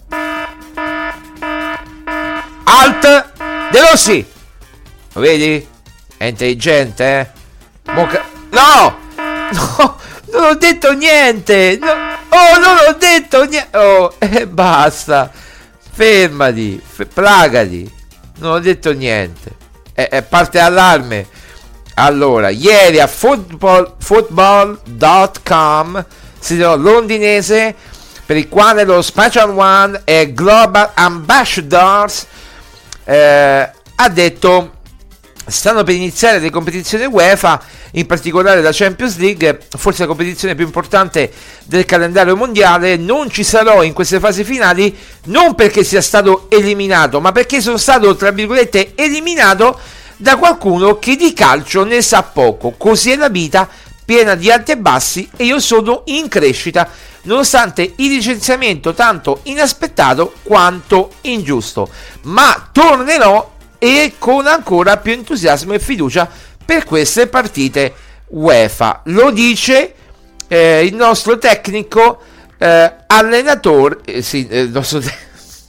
alt, De Rossi, lo vedi? È intelligente, eh? Moca- no, no, non ho detto niente. No. Oh, non ho detto niente. Oh, e eh, basta. Fermati, f- placati. Non ho detto niente. È, è parte allarme. Allora, ieri a football punto com, sito londinese, per il quale lo Special One e Global Ambassadors eh, ha detto: stanno per iniziare le competizioni UEFA, in particolare la Champions League, forse la competizione più importante del calendario mondiale. Non ci sarò in queste fasi finali, non perché sia stato eliminato, ma perché sono stato, tra virgolette, eliminato da qualcuno che di calcio ne sa poco. Così è la vita, piena di alti e bassi, e io sono in crescita, nonostante il licenziamento tanto inaspettato quanto ingiusto. Ma tornerò, e con ancora più entusiasmo e fiducia, per queste partite UEFA. Lo dice eh, il nostro tecnico eh, allenatore, eh, sì, eh, il nostro te-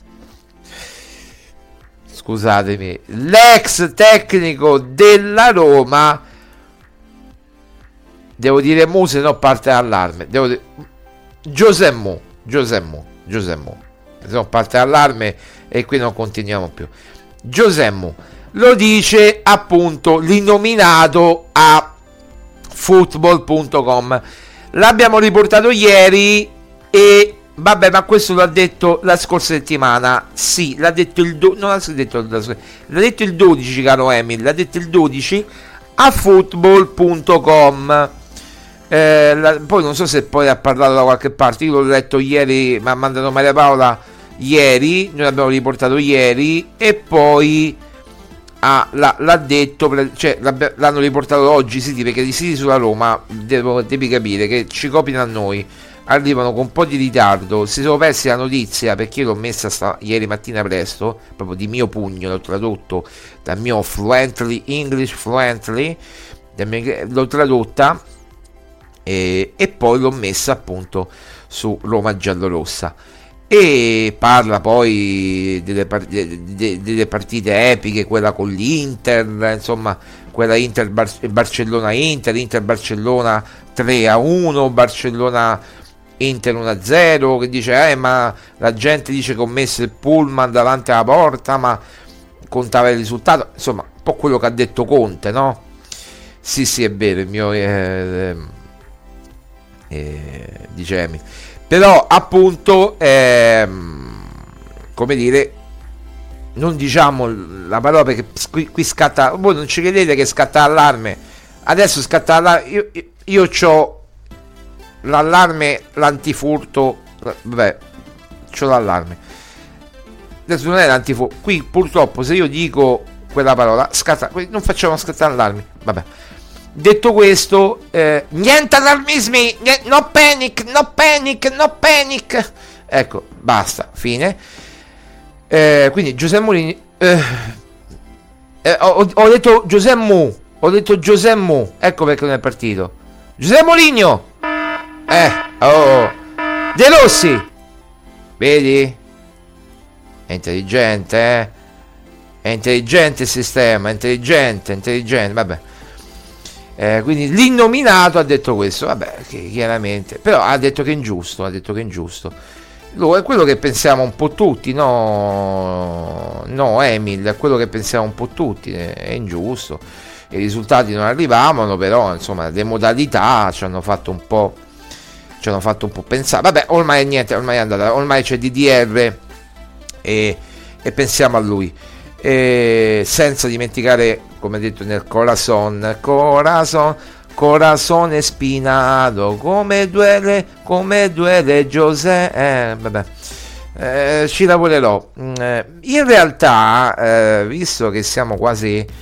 scusatemi, l'ex tecnico della Roma. Devo dire Mu, se no parte allarme. Devo dire Giuseppe Mu, Giuseppe Mu, Giuseppe Mu, se no parte allarme e qui non continuiamo più. Giuseppe Mu. Lo dice appunto l'innominato a football punto com. L'abbiamo riportato ieri e vabbè, ma questo l'ha detto la scorsa settimana. Sì, l'ha detto il do- non l'ha detto, l'ha detto il dodici, caro Emil, l'ha detto il dodici a football punto com. Eh, la, poi non so se poi ha parlato da qualche parte. Io l'ho letto ieri, mi ha mandato Maria Paola ieri, noi l'abbiamo riportato ieri e poi ah, l'ha, l'ha detto, cioè l'hanno riportato oggi, sì, perché i siti sulla Roma, devo, devi capire che ci copiano a noi, arrivano con un po' di ritardo, si sono persi la notizia perché io l'ho messa sta, ieri mattina presto, proprio di mio pugno, l'ho tradotto dal mio fluently English fluently, mio, l'ho tradotta e, e poi l'ho messa appunto su Roma Giallorossa. E parla poi delle, part- de- delle partite epiche, quella con l'Inter, insomma, quella Inter Bar- Barcellona-Inter, Inter-Barcellona tre a uno, Barcellona-Inter uno a zero, che dice, eh, ma la gente dice che ho messo il pullman davanti alla porta, ma contava il risultato, insomma, un po' quello che ha detto Conte, no? Sì, sì, è vero, il mio... Eh, eh, dice Emi. Però appunto ehm, come dire, non diciamo la parola perché qui, qui scatta, voi non ci credete che scatta l'allarme, adesso scatta l'allarme, io, io, io c'ho l'allarme, l'antifurto, vabbè, c'ho l'allarme, adesso non è l'antifurto, qui purtroppo se io dico quella parola scatta, non facciamo scattare l'allarme, vabbè. Detto questo, eh, niente allarmismi, niente, no panic, no panic, no panic. Ecco, basta, fine. Eh, quindi Giuseppe Mourinho, eh, eh, ho, ho detto Giuseppe Mu, ho detto Giuseppe Mu, ecco perché non è partito. Giuseppe Mourinho, eh, oh, De Rossi, vedi? È intelligente, eh? È intelligente il sistema, è intelligente, è intelligente, vabbè. Eh, quindi l'innominato ha detto questo, vabbè, che chiaramente, però ha detto che è ingiusto, ha detto che è ingiusto. Lo, è quello che pensiamo un po' tutti, no, no Emil, è quello che pensiamo un po' tutti, è ingiusto, i risultati non arrivavano, però insomma le modalità ci hanno fatto un po' ci hanno fatto un po' pensare, vabbè, ormai niente, ormai è andata, ormai c'è D D R e, e pensiamo a lui. E senza dimenticare, come detto nel Corazon, Corazon, Corazon spinato, come duele, come duele Giuseppe, eh, vabbè, eh, ci lavorerò. Eh, in realtà, eh, visto che siamo quasi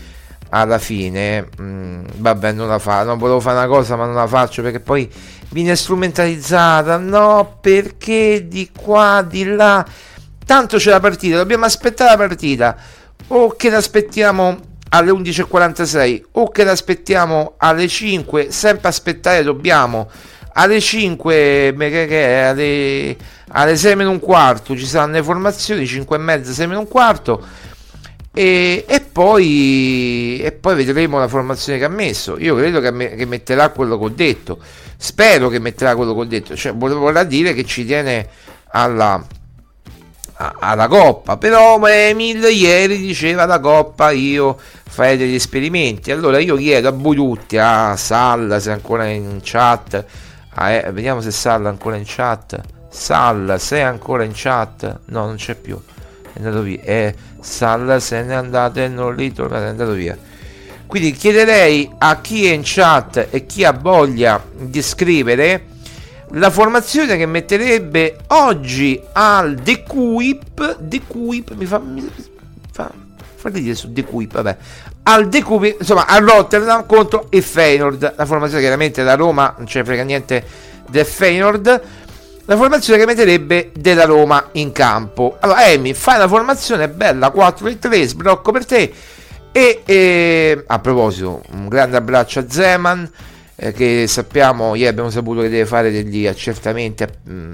alla fine mh, vabbè, non la fa, non volevo fare una cosa ma non la faccio perché poi viene strumentalizzata, no, perché di qua, di là, tanto c'è la partita, dobbiamo aspettare la partita, o che l'aspettiamo alle undici e quarantasei o che l'aspettiamo alle cinque, sempre aspettare dobbiamo. Alle cinque, che è, alle, alle sei meno un quarto ci saranno le formazioni, cinque e mezza, sei meno un quarto, e, e poi e poi vedremo la formazione che ha messo. Io credo che, me, che metterà quello che ho detto, spero che metterà quello che ho detto, cioè vorrà dire che ci tiene alla, a, alla Coppa. Però Emil ieri diceva la Coppa io farei degli esperimenti, allora io chiedo a voi tutti, a Salla se è ancora in chat, Ah, eh, vediamo se Salla è ancora in chat. Salla, sei ancora in chat? No, non c'è più, è andato via. Eh, Salla se n'è andato e non ritorna, è andato via. Quindi chiederei a chi è in chat e chi ha voglia di scrivere la formazione che metterebbe oggi al De Kuip. De Kuip mi fa, mi fa fate dire su De Kuip, vabbè, al De Kuip, insomma a Rotterdam contro il Feyenoord. La formazione chiaramente da Roma non ce ne frega niente del Feyenoord, la formazione che metterebbe della Roma in campo. Allora Emi, fai una formazione bella quattro e tre, sbrocco per te. E, e a proposito, un grande abbraccio a Zeman, eh, che sappiamo, ieri abbiamo saputo che deve fare degli accertamenti mh,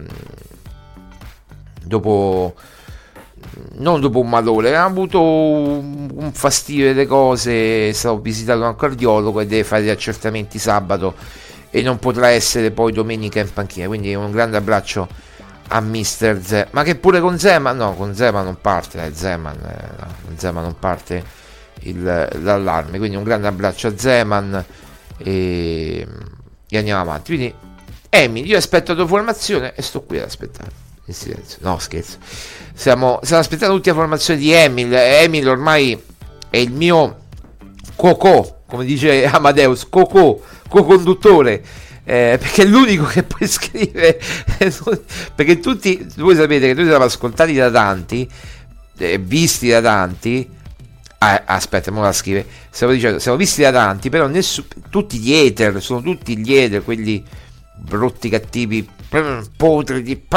dopo, non dopo un malore, ha avuto un, un fastidio delle cose, è stato visitato da un cardiologo e deve fare gli accertamenti sabato e non potrà essere poi domenica in panchina. Quindi un grande abbraccio a mister Zeman, ma che pure con Zeman, no, con Zeman non parte, eh, Zeman, eh, no, con Zeman non parte il, l'allarme. Quindi un grande abbraccio a Zeman e, e andiamo avanti. Quindi Emi, io aspetto la tua formazione e sto qui ad aspettare in silenzio. No, scherzo, stiamo, stiamo aspettando tutti la formazione di Emil. Emil ormai è il mio cocò, come dice Amadeus, cocò, co-conduttore, eh, perché è l'unico che poi scrive perché tutti, voi sapete che noi siamo ascoltati da tanti, eh, visti da tanti. Ah, aspetta, me la scrive. Stavo dicendo, siamo visti da tanti, però nessuno, tutti gli hater, sono tutti gli hater, quelli brutti, cattivi, potridi.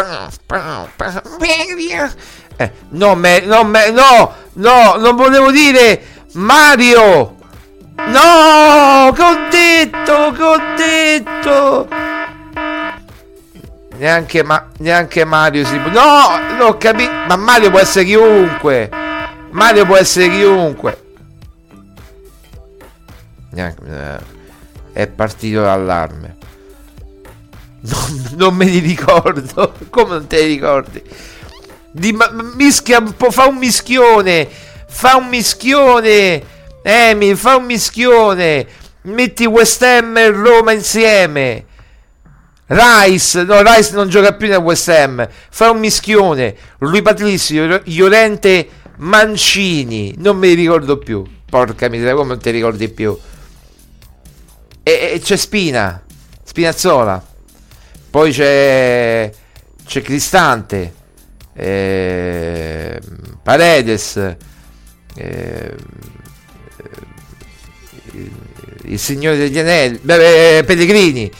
Eh, no, me, no, me, no, no, non volevo dire Mario. No, che ho detto, che ho detto. Neanche, ma, neanche Mario si può. No, non ho capito. Ma Mario può essere chiunque. Mario può essere chiunque. È partito l'allarme. Non, non me li ricordo. Come non te li ricordi? Di, ma, mischia un po', fa un mischione. Fa un mischione. Emil, fa un mischione. Metti West Ham e Roma insieme. Rice, no, Rice non gioca più nel West Ham. Fa un mischione. Rui Patrizio, Llorente, Mancini, non me li ricordo più. Porca miseria, come non ti ricordi più? E, e c'è Spina, Spinazzola. Poi c'è c'è Cristante, eh, Paredes, eh, il, il Signore degli Anelli, beh, Pellegrini,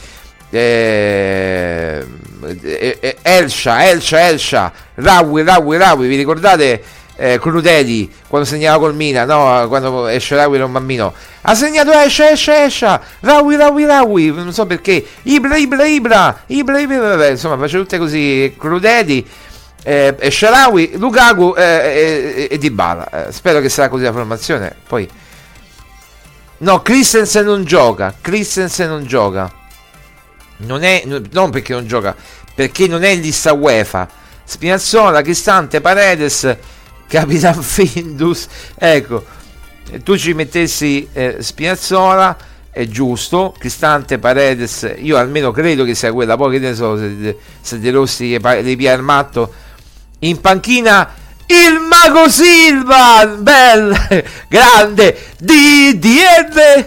eh, eh, Elsha, Elsha, Elsha, Raui, Raui, Raui, vi ricordate? Eh, Crudeli quando segnava col Milan, no? Quando esce Raui era un bambino, ha segnato esce esce esce Raui Raui Raui, non so perché, Ibra Ibra Ibra Ibra Ibra, vabbè, insomma faceva tutte così. Crudeli, eh, esce Raui, Lukaku eh, e, e Dybala. Eh, spero che sarà così la formazione. Poi no, Christensen non gioca, Christensen non gioca, non è, non perché non gioca, perché non è in lista UEFA. Spinazzola, Cristante, Paredes, Capitan Findus, ecco, tu ci mettessi eh, Spinazzola, è giusto, Cristante, Paredes, io almeno credo che sia quella, poi che ne so, se, se De Rossi le pia il matto, in panchina il Mago Silva, bel, grande, D D R,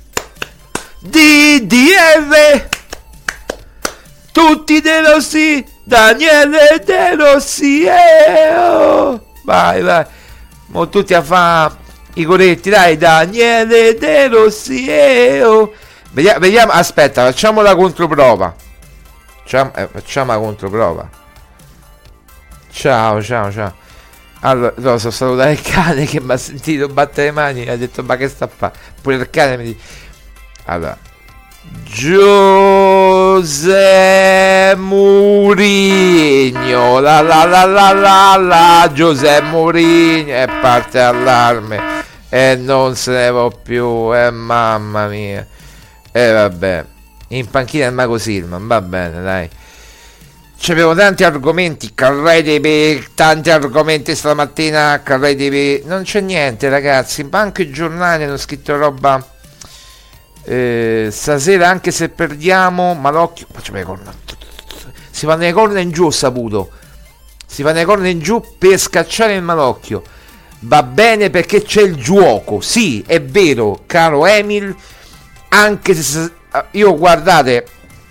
D D R, tutti De Rossi, Daniele De Rossi, eh, oh. Vai, vai, mo tutti a fa i coretti, dai, Daniele De Rossi, eh, oh. vediamo, vediamo, aspetta, facciamo la controprova, facciamo, eh, facciamo la controprova. Ciao, ciao, ciao. Allora, no, sono salutato il cane che mi ha sentito battere le mani e ha detto ma che sta a fare? Pure il cane mi dice. Allora, José Mourinho, la la la la la la, José Mourinho, e parte allarme e non se ne può più, eh, mamma mia. E eh, vabbè, in panchina il Mago Silman, va bene, dai. C'avevo tanti argomenti, credibili, tanti argomenti stamattina, credibili. Non c'è niente, ragazzi, ma anche i giornali hanno scritto roba. Eh, stasera, anche se perdiamo, Malocchio, facciamo le corna. Si fanno le corna in giù, ho saputo. Si fanno le corna in giù per scacciare il Malocchio. Va bene perché c'è il gioco. Sì, è vero, caro Emil. Anche se io, guardate,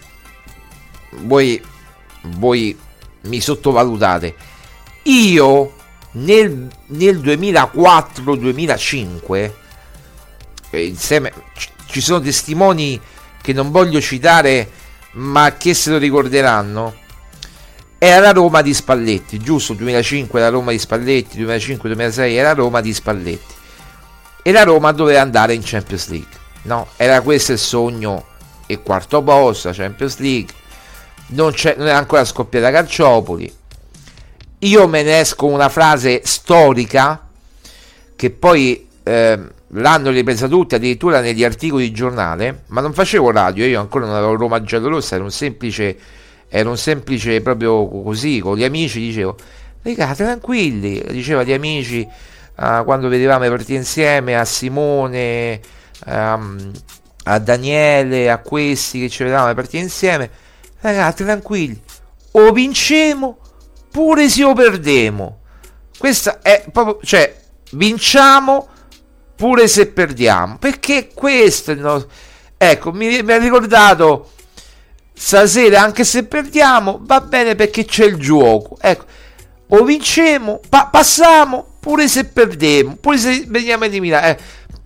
voi voi mi sottovalutate. Io nel, nel duemilaquattro duemilacinque, eh, insieme ci sono testimoni che non voglio citare ma che se lo ricorderanno, era la Roma di Spalletti, giusto? duemilacinque era Roma di Spalletti, duemilacinque duemilasei era Roma di Spalletti e la Roma doveva andare in Champions League, no? Era questo il sogno, il quarto posto, la Champions League. Non, c'è, non è ancora scoppiata Calciopoli. Io me ne esco una frase storica che poi eh, l'hanno ripresa tutti addirittura negli articoli di giornale, ma non facevo radio, io ancora non avevo Roma giallorossa, era un semplice era un semplice proprio così, con gli amici dicevo raga tranquilli, diceva agli amici uh, quando vedevamo le partite insieme, a Simone, um, a Daniele, a questi che ci vedevamo le partite insieme, ragazzi tranquilli, o vincemo pure se o perdiamo. Questa è proprio, cioè, vinciamo pure se perdiamo, perché questo è il nostro... Ecco, mi, mi ha ricordato stasera, anche se perdiamo va bene perché c'è il gioco. Ecco, o vinciamo, pa- passiamo pure se perdiamo, pure se veniamo eliminati, eh,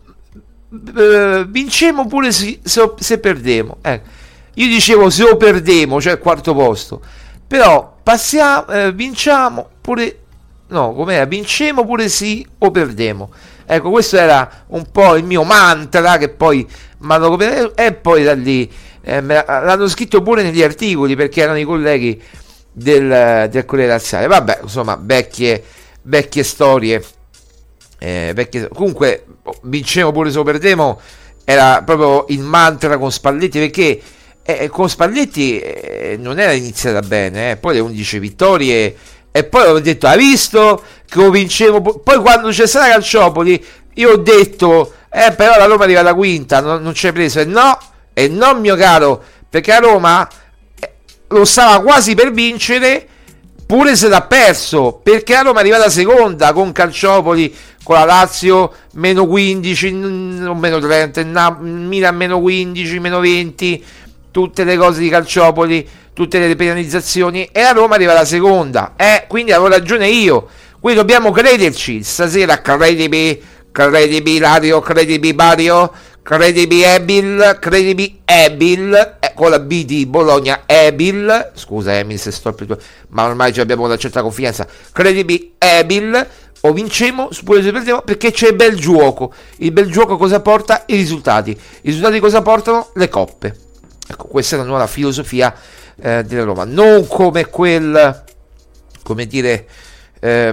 eh, vinciamo pure se, se, se perdiamo. Ecco, io dicevo se o perdiamo, cioè il quarto posto, però passiamo, eh, vinciamo pure, no, com'era, vincemo pure sì o perdiamo. Ecco, questo era un po' il mio mantra che poi mi hanno copiato, e poi da lì eh, me l'hanno scritto pure negli articoli perché erano i colleghi del, del Corriere Laziale. Vabbè, insomma, vecchie vecchie storie, eh, vecchie, comunque vincemo pure se o perdiamo era proprio il mantra con Spalletti, perché Eh, con Spalletti eh, non era iniziata bene, eh. Poi le undici vittorie e poi ho detto hai visto che lo vincevo, poi quando c'è stata Calciopoli io ho detto eh però la Roma arriva alla quinta, non, non c'è preso, e no, e no mio caro, perché la Roma eh, lo stava quasi per vincere pure se l'ha perso, perché la Roma è arrivata seconda con Calciopoli, con la Lazio meno quindici, non meno trenta, Milan meno quindici, meno venti, tutte le cose di Calciopoli, tutte le penalizzazioni, e la Roma arriva alla seconda, eh, quindi avevo ragione io, quindi dobbiamo crederci, stasera credibi, credibi Ilario, credibi Mario, credibi Ebil, credibi Ebil, eh, con la B di Bologna, Ebil, scusa Emil se sto più, ma ormai ci abbiamo una certa confidenza, credibi Ebil, o vinciamo, pure se perdiamo, perché c'è il bel gioco, il bel gioco cosa porta? I risultati, i risultati cosa portano? Le coppe. Ecco, questa è la nuova filosofia eh, della Roma, non come quel, come dire, eh,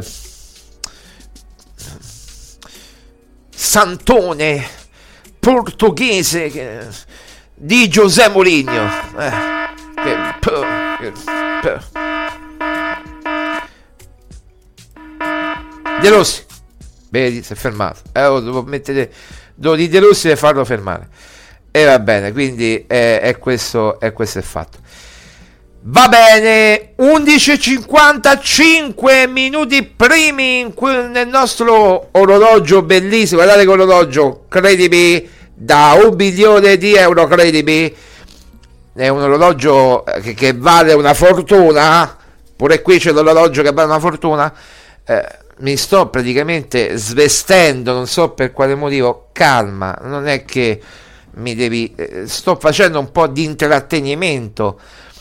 santone portoghese che, di José Mourinho, eh, che, che, che, De Rossi, vedi, si è fermato, eh, oh, devo mettere, devo di De Rossi e farlo fermare. E va bene, quindi è, è questo è questo il fatto. Va bene, undici e cinquantacinque minuti primi in que- nel nostro orologio bellissimo. Guardate che orologio, credimi, da un milione di euro, credimi. È un orologio che, che vale una fortuna. Pure qui c'è l'orologio che vale una fortuna. Eh, mi sto praticamente svestendo, non so per quale motivo. Calma, non è che mi devi, eh, sto facendo un po' di intrattenimento.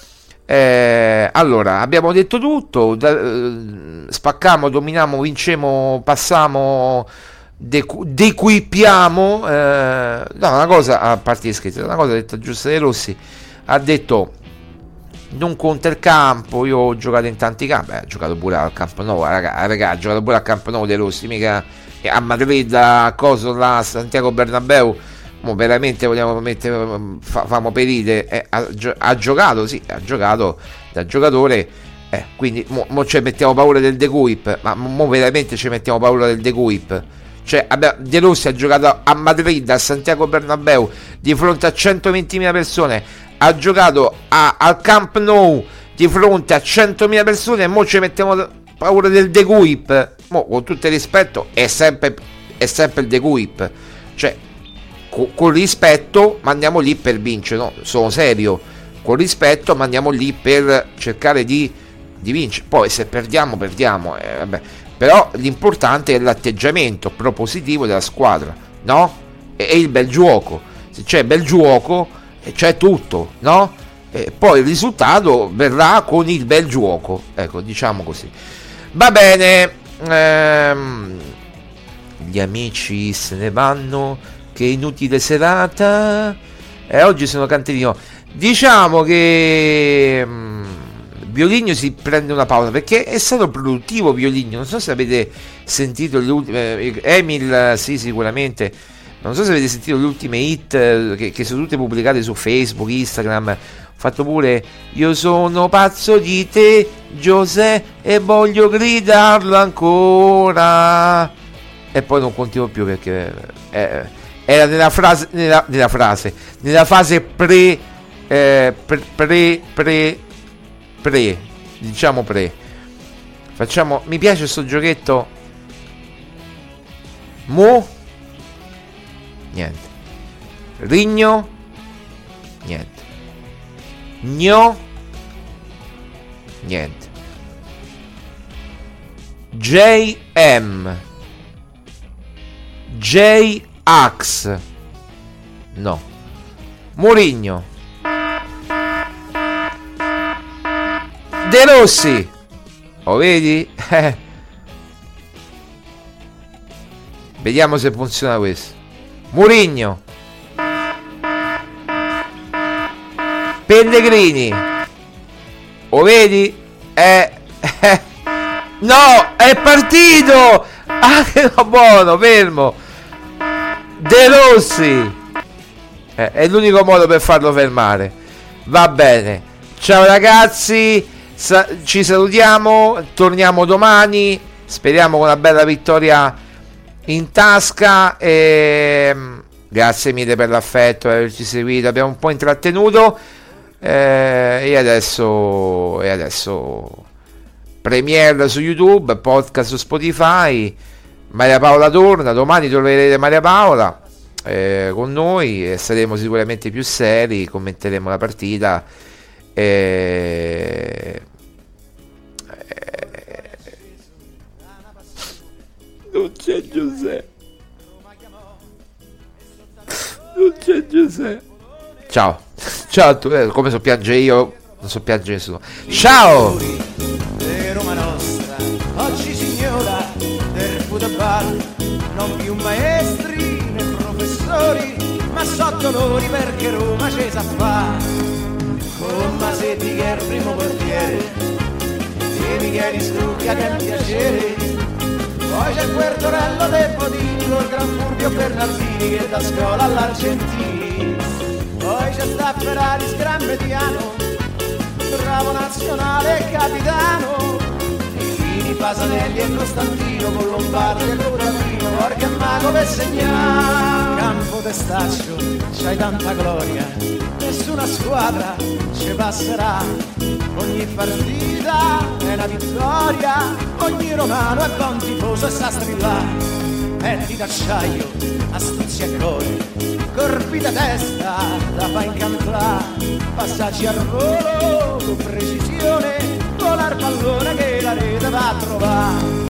Eh, allora, abbiamo detto tutto, da, eh, spaccamo, dominiamo, vinciamo, passiamo, decu- dequipiamo. Eh, no, una cosa, a parte gli scherzi, una cosa detta Giusto De Rossi, ha detto non conta il campo, io ho giocato in tanti campi, eh, ha giocato pure al Campo Nou, raga, raga, ha giocato pure al Campo Nou De Rossi, mica a Madrid, a Coso, là, a Santiago Bernabéu. Mo veramente vogliamo mettere, fa, famo perite, eh, ha, ha giocato, sì, ha giocato da giocatore, eh, quindi mo, mo ci mettiamo paura del De Kuip, ma mo veramente ci mettiamo paura del De Kuip. Cioè, abbiamo, De Rossi ha giocato a Madrid, a Santiago Bernabéu, di fronte a centoventimila persone, ha giocato a, al Camp Nou di fronte a centomila persone, e mo ci mettiamo paura del De Kuip. Mo, con tutto il rispetto, è sempre, è sempre il De Kuip. Cioè, con rispetto, ma andiamo lì per vincere, no? Sono serio, con rispetto, ma andiamo lì per cercare di, di vincere. Poi se perdiamo, perdiamo, eh, vabbè. Però l'importante è l'atteggiamento propositivo della squadra, no? E, e il bel gioco. Se c'è bel gioco, c'è tutto, no? E poi il risultato verrà con il bel gioco, ecco, diciamo così. Va bene, ehm, gli amici se ne vanno. Che inutile serata, e eh, oggi sono canterino. Diciamo che mh, Violigno si prende una pausa perché è stato produttivo Violigno. Non so se avete sentito le ultime, eh, Emil, sì, sicuramente. Non so se avete sentito le ultime hit eh, che, che sono tutte pubblicate su Facebook, Instagram. Ho fatto pure io sono pazzo di te, Giuseppe, e voglio gridarlo ancora. E poi non continuo più perché eh, era nella frase, nella, nella frase, nella fase pre, eh, pre, pre, pre, pre, diciamo pre. Facciamo, mi piace sto giochetto. Mu, niente. Rigno, niente. Gno, niente. J M, J-Ax, no. Mourinho, De Rossi, lo vedi? Eh. Vediamo se funziona questo. Mourinho, Pellegrini, lo vedi? Eh. eh. No, è partito! Ah, che no, buono, fermo. De Rossi, eh, è l'unico modo per farlo fermare. Va bene, ciao ragazzi, sa- ci salutiamo, torniamo domani, speriamo con una bella vittoria in tasca. E grazie mille per l'affetto, per averci seguito, abbiamo un po' intrattenuto, eh, e adesso e adesso premiere su YouTube, podcast su Spotify. Maria Paola torna, domani troverete Maria Paola eh, con noi e saremo sicuramente più seri, commenteremo la partita. E... Eh... Non c'è Giuseppe, non c'è Giuseppe. Ciao, ciao a tutti, come so piange io, non so piangere nessuno. Ciao! Roma nostra, oggi signora del football, non più maestri né professori, ma sotto dolori perché Roma ci sa fa. Con Masetti che è il primo portiere, e Micheli Strucca che è un piacere, poi c'è Quertorello del Podino, il Gran Fulvio Bernardini che da scuola all'Argentini, poi c'è sta Ferrari Gran Mediano, bravo nazionale e capitano, Fini, Pasanelli e Costantino, con Lombardi e Rodavino, Orca e Mago per segnare. Campo Testaccio, c'hai tanta gloria, nessuna squadra ci passerà, ogni partita è una vittoria, ogni romano è buon tifoso e sa strillare. Petti d'acciaio, astuzia e gol, corpi da testa da fa incantare, passaggi al volo con precisione, vola il pallone che la rete va a trovare.